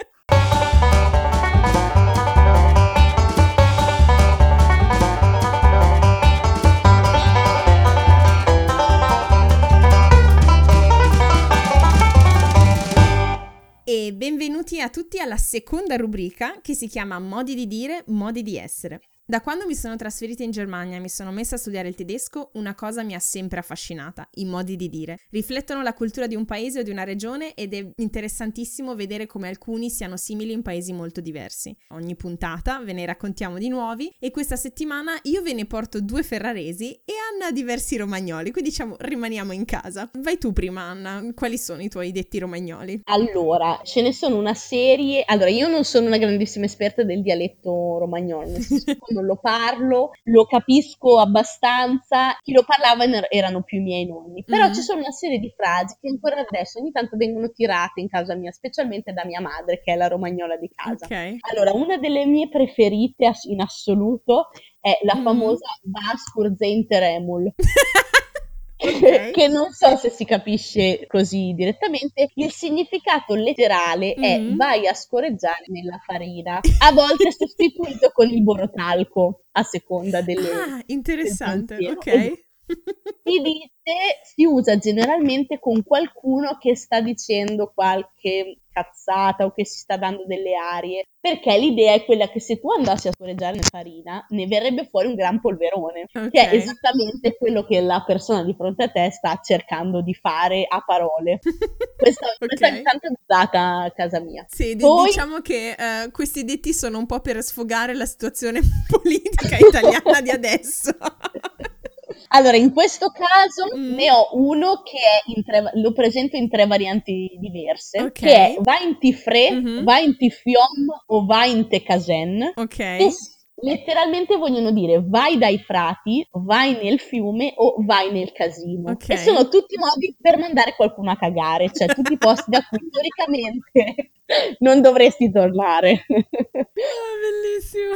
E benvenuti a tutti alla seconda rubrica che si chiama Modi di dire, modi di essere. Da quando mi sono trasferita in Germania e mi sono messa a studiare il tedesco, una cosa mi ha sempre affascinata: i modi di dire. Riflettono la cultura di un paese o di una regione ed è interessantissimo vedere come alcuni siano simili in paesi molto diversi. Ogni puntata ve ne raccontiamo di nuovi e questa settimana io ve ne porto due ferraresi e Anna diversi romagnoli, quindi diciamo rimaniamo in casa. Vai tu prima, Anna, quali sono i tuoi detti romagnoli? Allora, ce ne sono una serie. Allora, io non sono una grandissima esperta del dialetto romagnolo, nel senso che non lo parlo, lo capisco abbastanza, chi lo parlava erano più i miei nonni, però mm. ci sono una serie di frasi che ancora adesso ogni tanto vengono tirate in casa mia, specialmente da mia madre, che è la romagnola di casa. Okay. Allora, una delle mie preferite in assoluto è la mm. famosa Was für Zeinteremul. Okay. Che non so se si capisce così direttamente. Il significato letterale mm-hmm. è vai a scoreggiare nella farina, a volte sostituito con il borotalco a seconda delle ah interessante del ok. Si dice, si usa generalmente con qualcuno che sta dicendo qualche cazzata o che si sta dando delle arie, perché l'idea è quella che se tu andassi a scorreggiare nella farina ne verrebbe fuori un gran polverone, okay. che è esattamente quello che la persona di fronte a te sta cercando di fare a parole. Questa, okay. questa è tanto usata a casa mia. Sì, Poi... diciamo che uh, questi detti sono un po' per sfogare la situazione politica italiana di adesso. Allora, in questo caso Mm. ne ho uno che è in tre, lo presento in tre varianti diverse, Ok. che è va in tifre, Mhm. va in tifiom o va in tecasen, Ok. che s- letteralmente vogliono dire vai dai frati, vai nel fiume o vai nel casino. Ok. E sono tutti modi per mandare qualcuno a cagare, cioè tutti posti da cui teoricamente non dovresti tornare. Ah, bellissimo.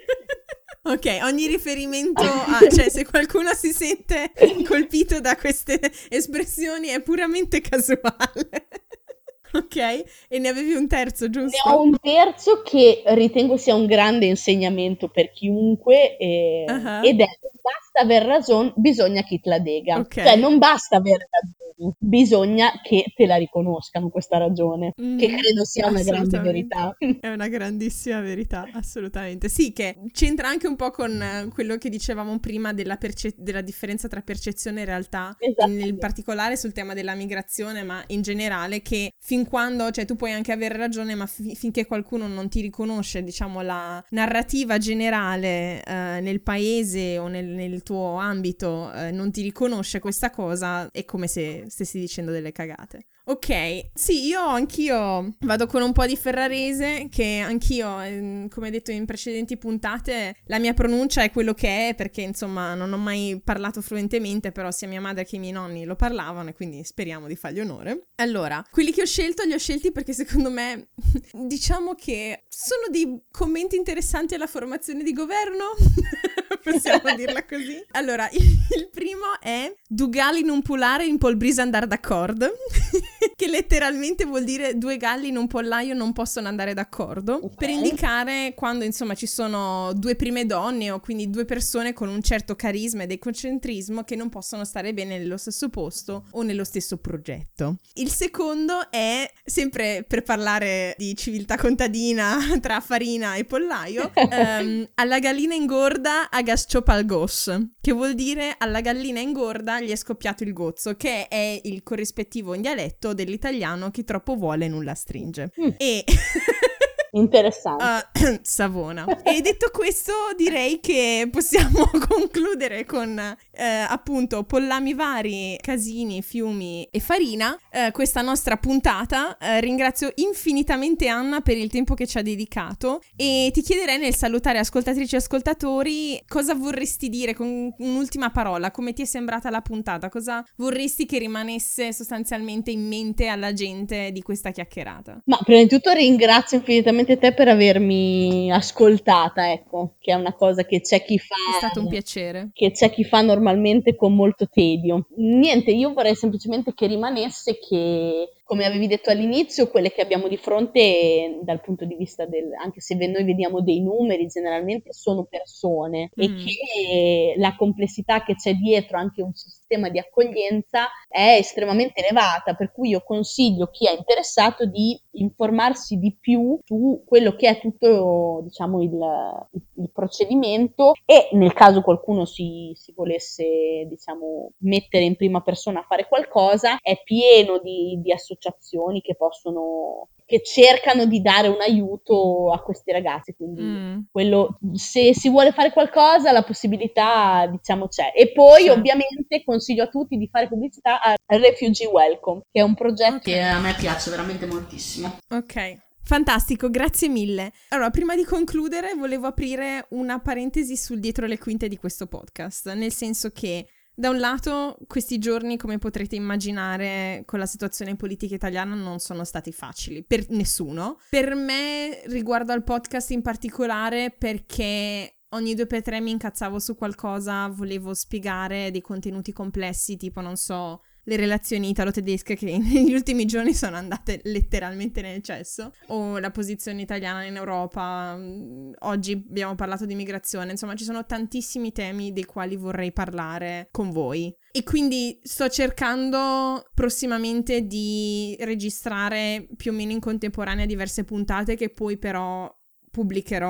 Ok, ogni riferimento a, cioè se qualcuno si sente colpito da queste espressioni è puramente casuale. Ok, e ne avevi un terzo, giusto? Ne ho un terzo che ritengo sia un grande insegnamento per chiunque eh, Uh-huh. ed è non basta aver ragione, bisogna che te la dega. Ok. Cioè non basta avere ragione, bisogna che te la riconoscano questa ragione, Mm, che credo sia una grande assolutamente. verità. È una grandissima verità, assolutamente. Sì, che c'entra anche un po' con eh, quello che dicevamo prima della, perce- della differenza tra percezione e realtà, in, nel Esattamente. particolare sul tema della migrazione, ma in generale, che fin quando, cioè tu puoi anche avere ragione, ma fi- finché qualcuno non ti riconosce, diciamo, la narrativa generale eh, nel paese o nel, nel tuo ambito, eh, non ti riconosce questa cosa, è come se stessi dicendo delle cagate. Ok, sì, io anch'io vado con un po' di ferrarese, che anch'io, ehm, come detto in precedenti puntate, la mia pronuncia è quello che è, perché insomma non ho mai parlato fluentemente, però sia mia madre che i miei nonni lo parlavano e quindi speriamo di fargli onore. Allora, quelli che ho scelto li ho scelti perché secondo me, diciamo che sono dei commenti interessanti alla formazione di governo, possiamo dirla così. Allora, il, il primo è Du galli non pulare in pol brise andar d'accordo. Che letteralmente vuol dire due galli in un pollaio non possono andare d'accordo, Ok. per indicare quando insomma ci sono due prime donne o quindi due persone con un certo carisma ed egocentrismo che non possono stare bene nello stesso posto o nello stesso progetto. Il secondo è, sempre per parlare di civiltà contadina tra farina e pollaio, ehm, alla gallina ingorda a gasciopa al gos, che vuol dire alla gallina ingorda gli è scoppiato il gozzo, che è il corrispettivo in dialetto dell'italiano chi troppo vuole nulla stringe. Mm. E Interessante. Uh, Savona. E detto questo, direi che possiamo concludere con eh, appunto pollami vari, casini, fiumi e farina eh, questa nostra puntata. Eh, ringrazio infinitamente Anna per il tempo che ci ha dedicato e ti chiederei nel salutare ascoltatrici e ascoltatori cosa vorresti dire con un'ultima parola, come ti è sembrata la puntata, cosa vorresti che rimanesse sostanzialmente in mente alla gente di questa chiacchierata. Ma prima di tutto ringrazio infinitamente te per avermi ascoltata, ecco, che è una cosa che c'è chi fa. È stato un piacere. Che c'è chi fa normalmente con molto tedio. Niente, io vorrei semplicemente che rimanesse che, come avevi detto all'inizio, quelle che abbiamo di fronte dal punto di vista del, anche se noi vediamo dei numeri, generalmente sono persone mm. e che la complessità che c'è dietro anche un sistema di accoglienza è estremamente elevata, per cui io consiglio chi è interessato di informarsi di più su quello che è tutto, diciamo, il, il, il procedimento e nel caso qualcuno si, si volesse, diciamo, mettere in prima persona a fare qualcosa, è pieno di, di associazioni che possono, che cercano di dare un aiuto a questi ragazzi, quindi mm. quello, se si vuole fare qualcosa la possibilità, diciamo, c'è. E poi certo. Ovviamente consiglio a tutti di fare pubblicità a Refugee Welcome, che è un progetto okay. che a me piace veramente moltissimo. Ok. Fantastico, grazie mille. Allora, prima di concludere, volevo aprire una parentesi sul dietro le quinte di questo podcast, nel senso che, da un lato, questi giorni, come potrete immaginare, con la situazione politica italiana non sono stati facili, per nessuno. Per me, riguardo al podcast in particolare, perché ogni due per tre mi incazzavo su qualcosa, volevo spiegare dei contenuti complessi, tipo, non so, le relazioni italo-tedesche che negli ultimi giorni sono andate letteralmente nel cesso, o la posizione italiana in Europa. Oggi abbiamo parlato di migrazione, insomma ci sono tantissimi temi dei quali vorrei parlare con voi e quindi sto cercando prossimamente di registrare più o meno in contemporanea diverse puntate che poi però pubblicherò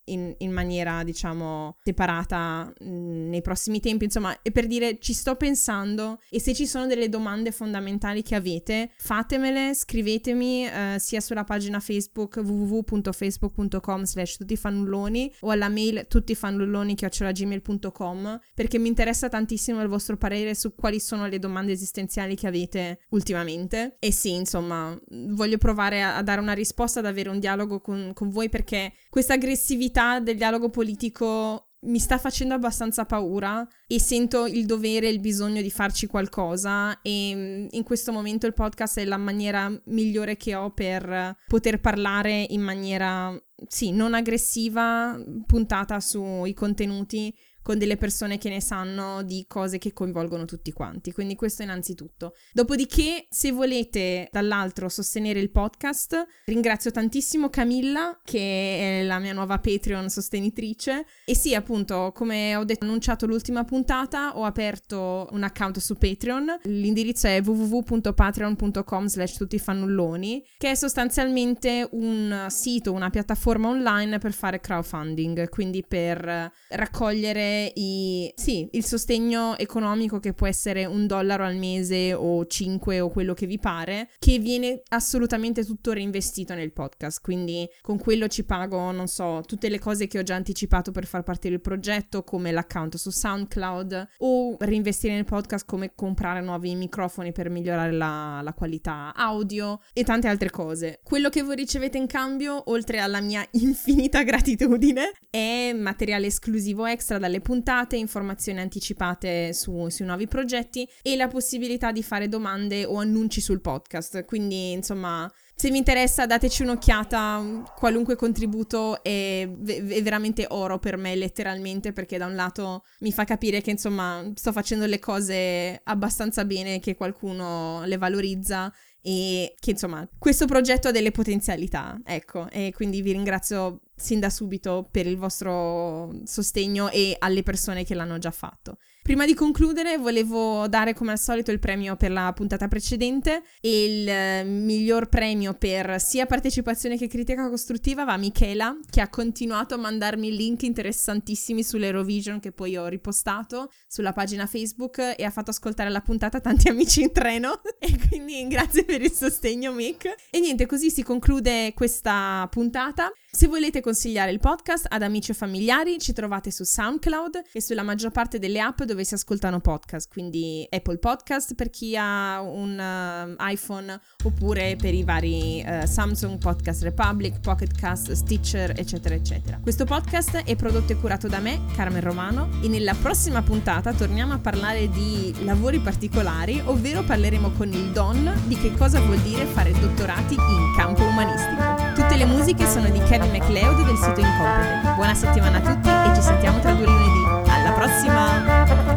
in, in maniera, diciamo, separata mh, nei prossimi tempi, insomma, è per dire ci sto pensando, e se ci sono delle domande fondamentali che avete, fatemele, scrivetemi eh, sia sulla pagina Facebook w w w punto facebook punto com slash tuttifannulloni o alla mail tuttifannulloni chiocciola gmail punto com, perché mi interessa tantissimo il vostro parere su quali sono le domande esistenziali che avete ultimamente. E sì, insomma, voglio provare a, a dare una risposta, ad avere un dialogo con, con voi, perché questa aggressività del dialogo politico mi sta facendo abbastanza paura e sento il dovere e il bisogno di farci qualcosa, e in questo momento il podcast è la maniera migliore che ho per poter parlare in maniera, sì, non aggressiva, puntata sui contenuti, con delle persone che ne sanno di cose che coinvolgono tutti quanti. Quindi questo innanzitutto. Dopodiché, se volete dall'altro sostenere il podcast, ringrazio tantissimo Camilla, che è la mia nuova Patreon sostenitrice. E sì, appunto, come ho detto, annunciato l'ultima puntata, ho aperto un account su Patreon. L'indirizzo è w w w punto patreon punto com slash tuttifannulloni, che è sostanzialmente un sito, una piattaforma online per fare crowdfunding, quindi per raccogliere I, sì, il sostegno economico, che può essere un dollaro al mese o cinque o quello che vi pare, che viene assolutamente tutto reinvestito nel podcast. Quindi con quello ci pago, non so, tutte le cose che ho già anticipato per far partire il progetto, come l'account su SoundCloud, o reinvestire nel podcast come comprare nuovi microfoni per migliorare la, la qualità audio e tante altre cose. Quello che voi ricevete in cambio, oltre alla mia infinita gratitudine, è materiale esclusivo extra dalle puntate, informazioni anticipate su, sui nuovi progetti e la possibilità di fare domande o annunci sul podcast. Quindi, insomma, se vi interessa, dateci un'occhiata. Qualunque contributo è, è veramente oro per me, letteralmente, perché da un lato mi fa capire che, insomma, sto facendo le cose abbastanza bene, che qualcuno le valorizza e che, insomma, questo progetto ha delle potenzialità, ecco. E quindi vi ringrazio sin da subito per il vostro sostegno e alle persone che l'hanno già fatto. Prima di concludere, volevo dare come al solito il premio per la puntata precedente, e il miglior premio per sia partecipazione che critica costruttiva va a Michela, che ha continuato a mandarmi link interessantissimi sull'Eurovision, che poi ho ripostato sulla pagina Facebook, e ha fatto ascoltare la puntata a tanti amici in treno, e quindi grazie per il sostegno, Mick. E niente, così si conclude questa puntata. Se volete consigliare il podcast ad amici o familiari, ci trovate su SoundCloud e sulla maggior parte delle app dove si ascoltano podcast, quindi Apple Podcast per chi ha un uh, iPhone, oppure per i vari uh, Samsung, Podcast Republic, Pocket Cast, Stitcher, eccetera eccetera. Questo podcast è prodotto e curato da me, Carmen Romano, e nella prossima puntata torniamo a parlare di lavori particolari, ovvero parleremo con il Don di che cosa vuol dire fare dottorati in campo umanistico. Tutte le musiche sono di Kevin MacLeod del sito Incompetech. Buona settimana a tutti e ci sentiamo tra due lunedì. Alla prossima!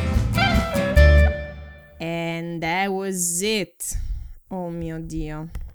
And that was it. Oh mio Dio.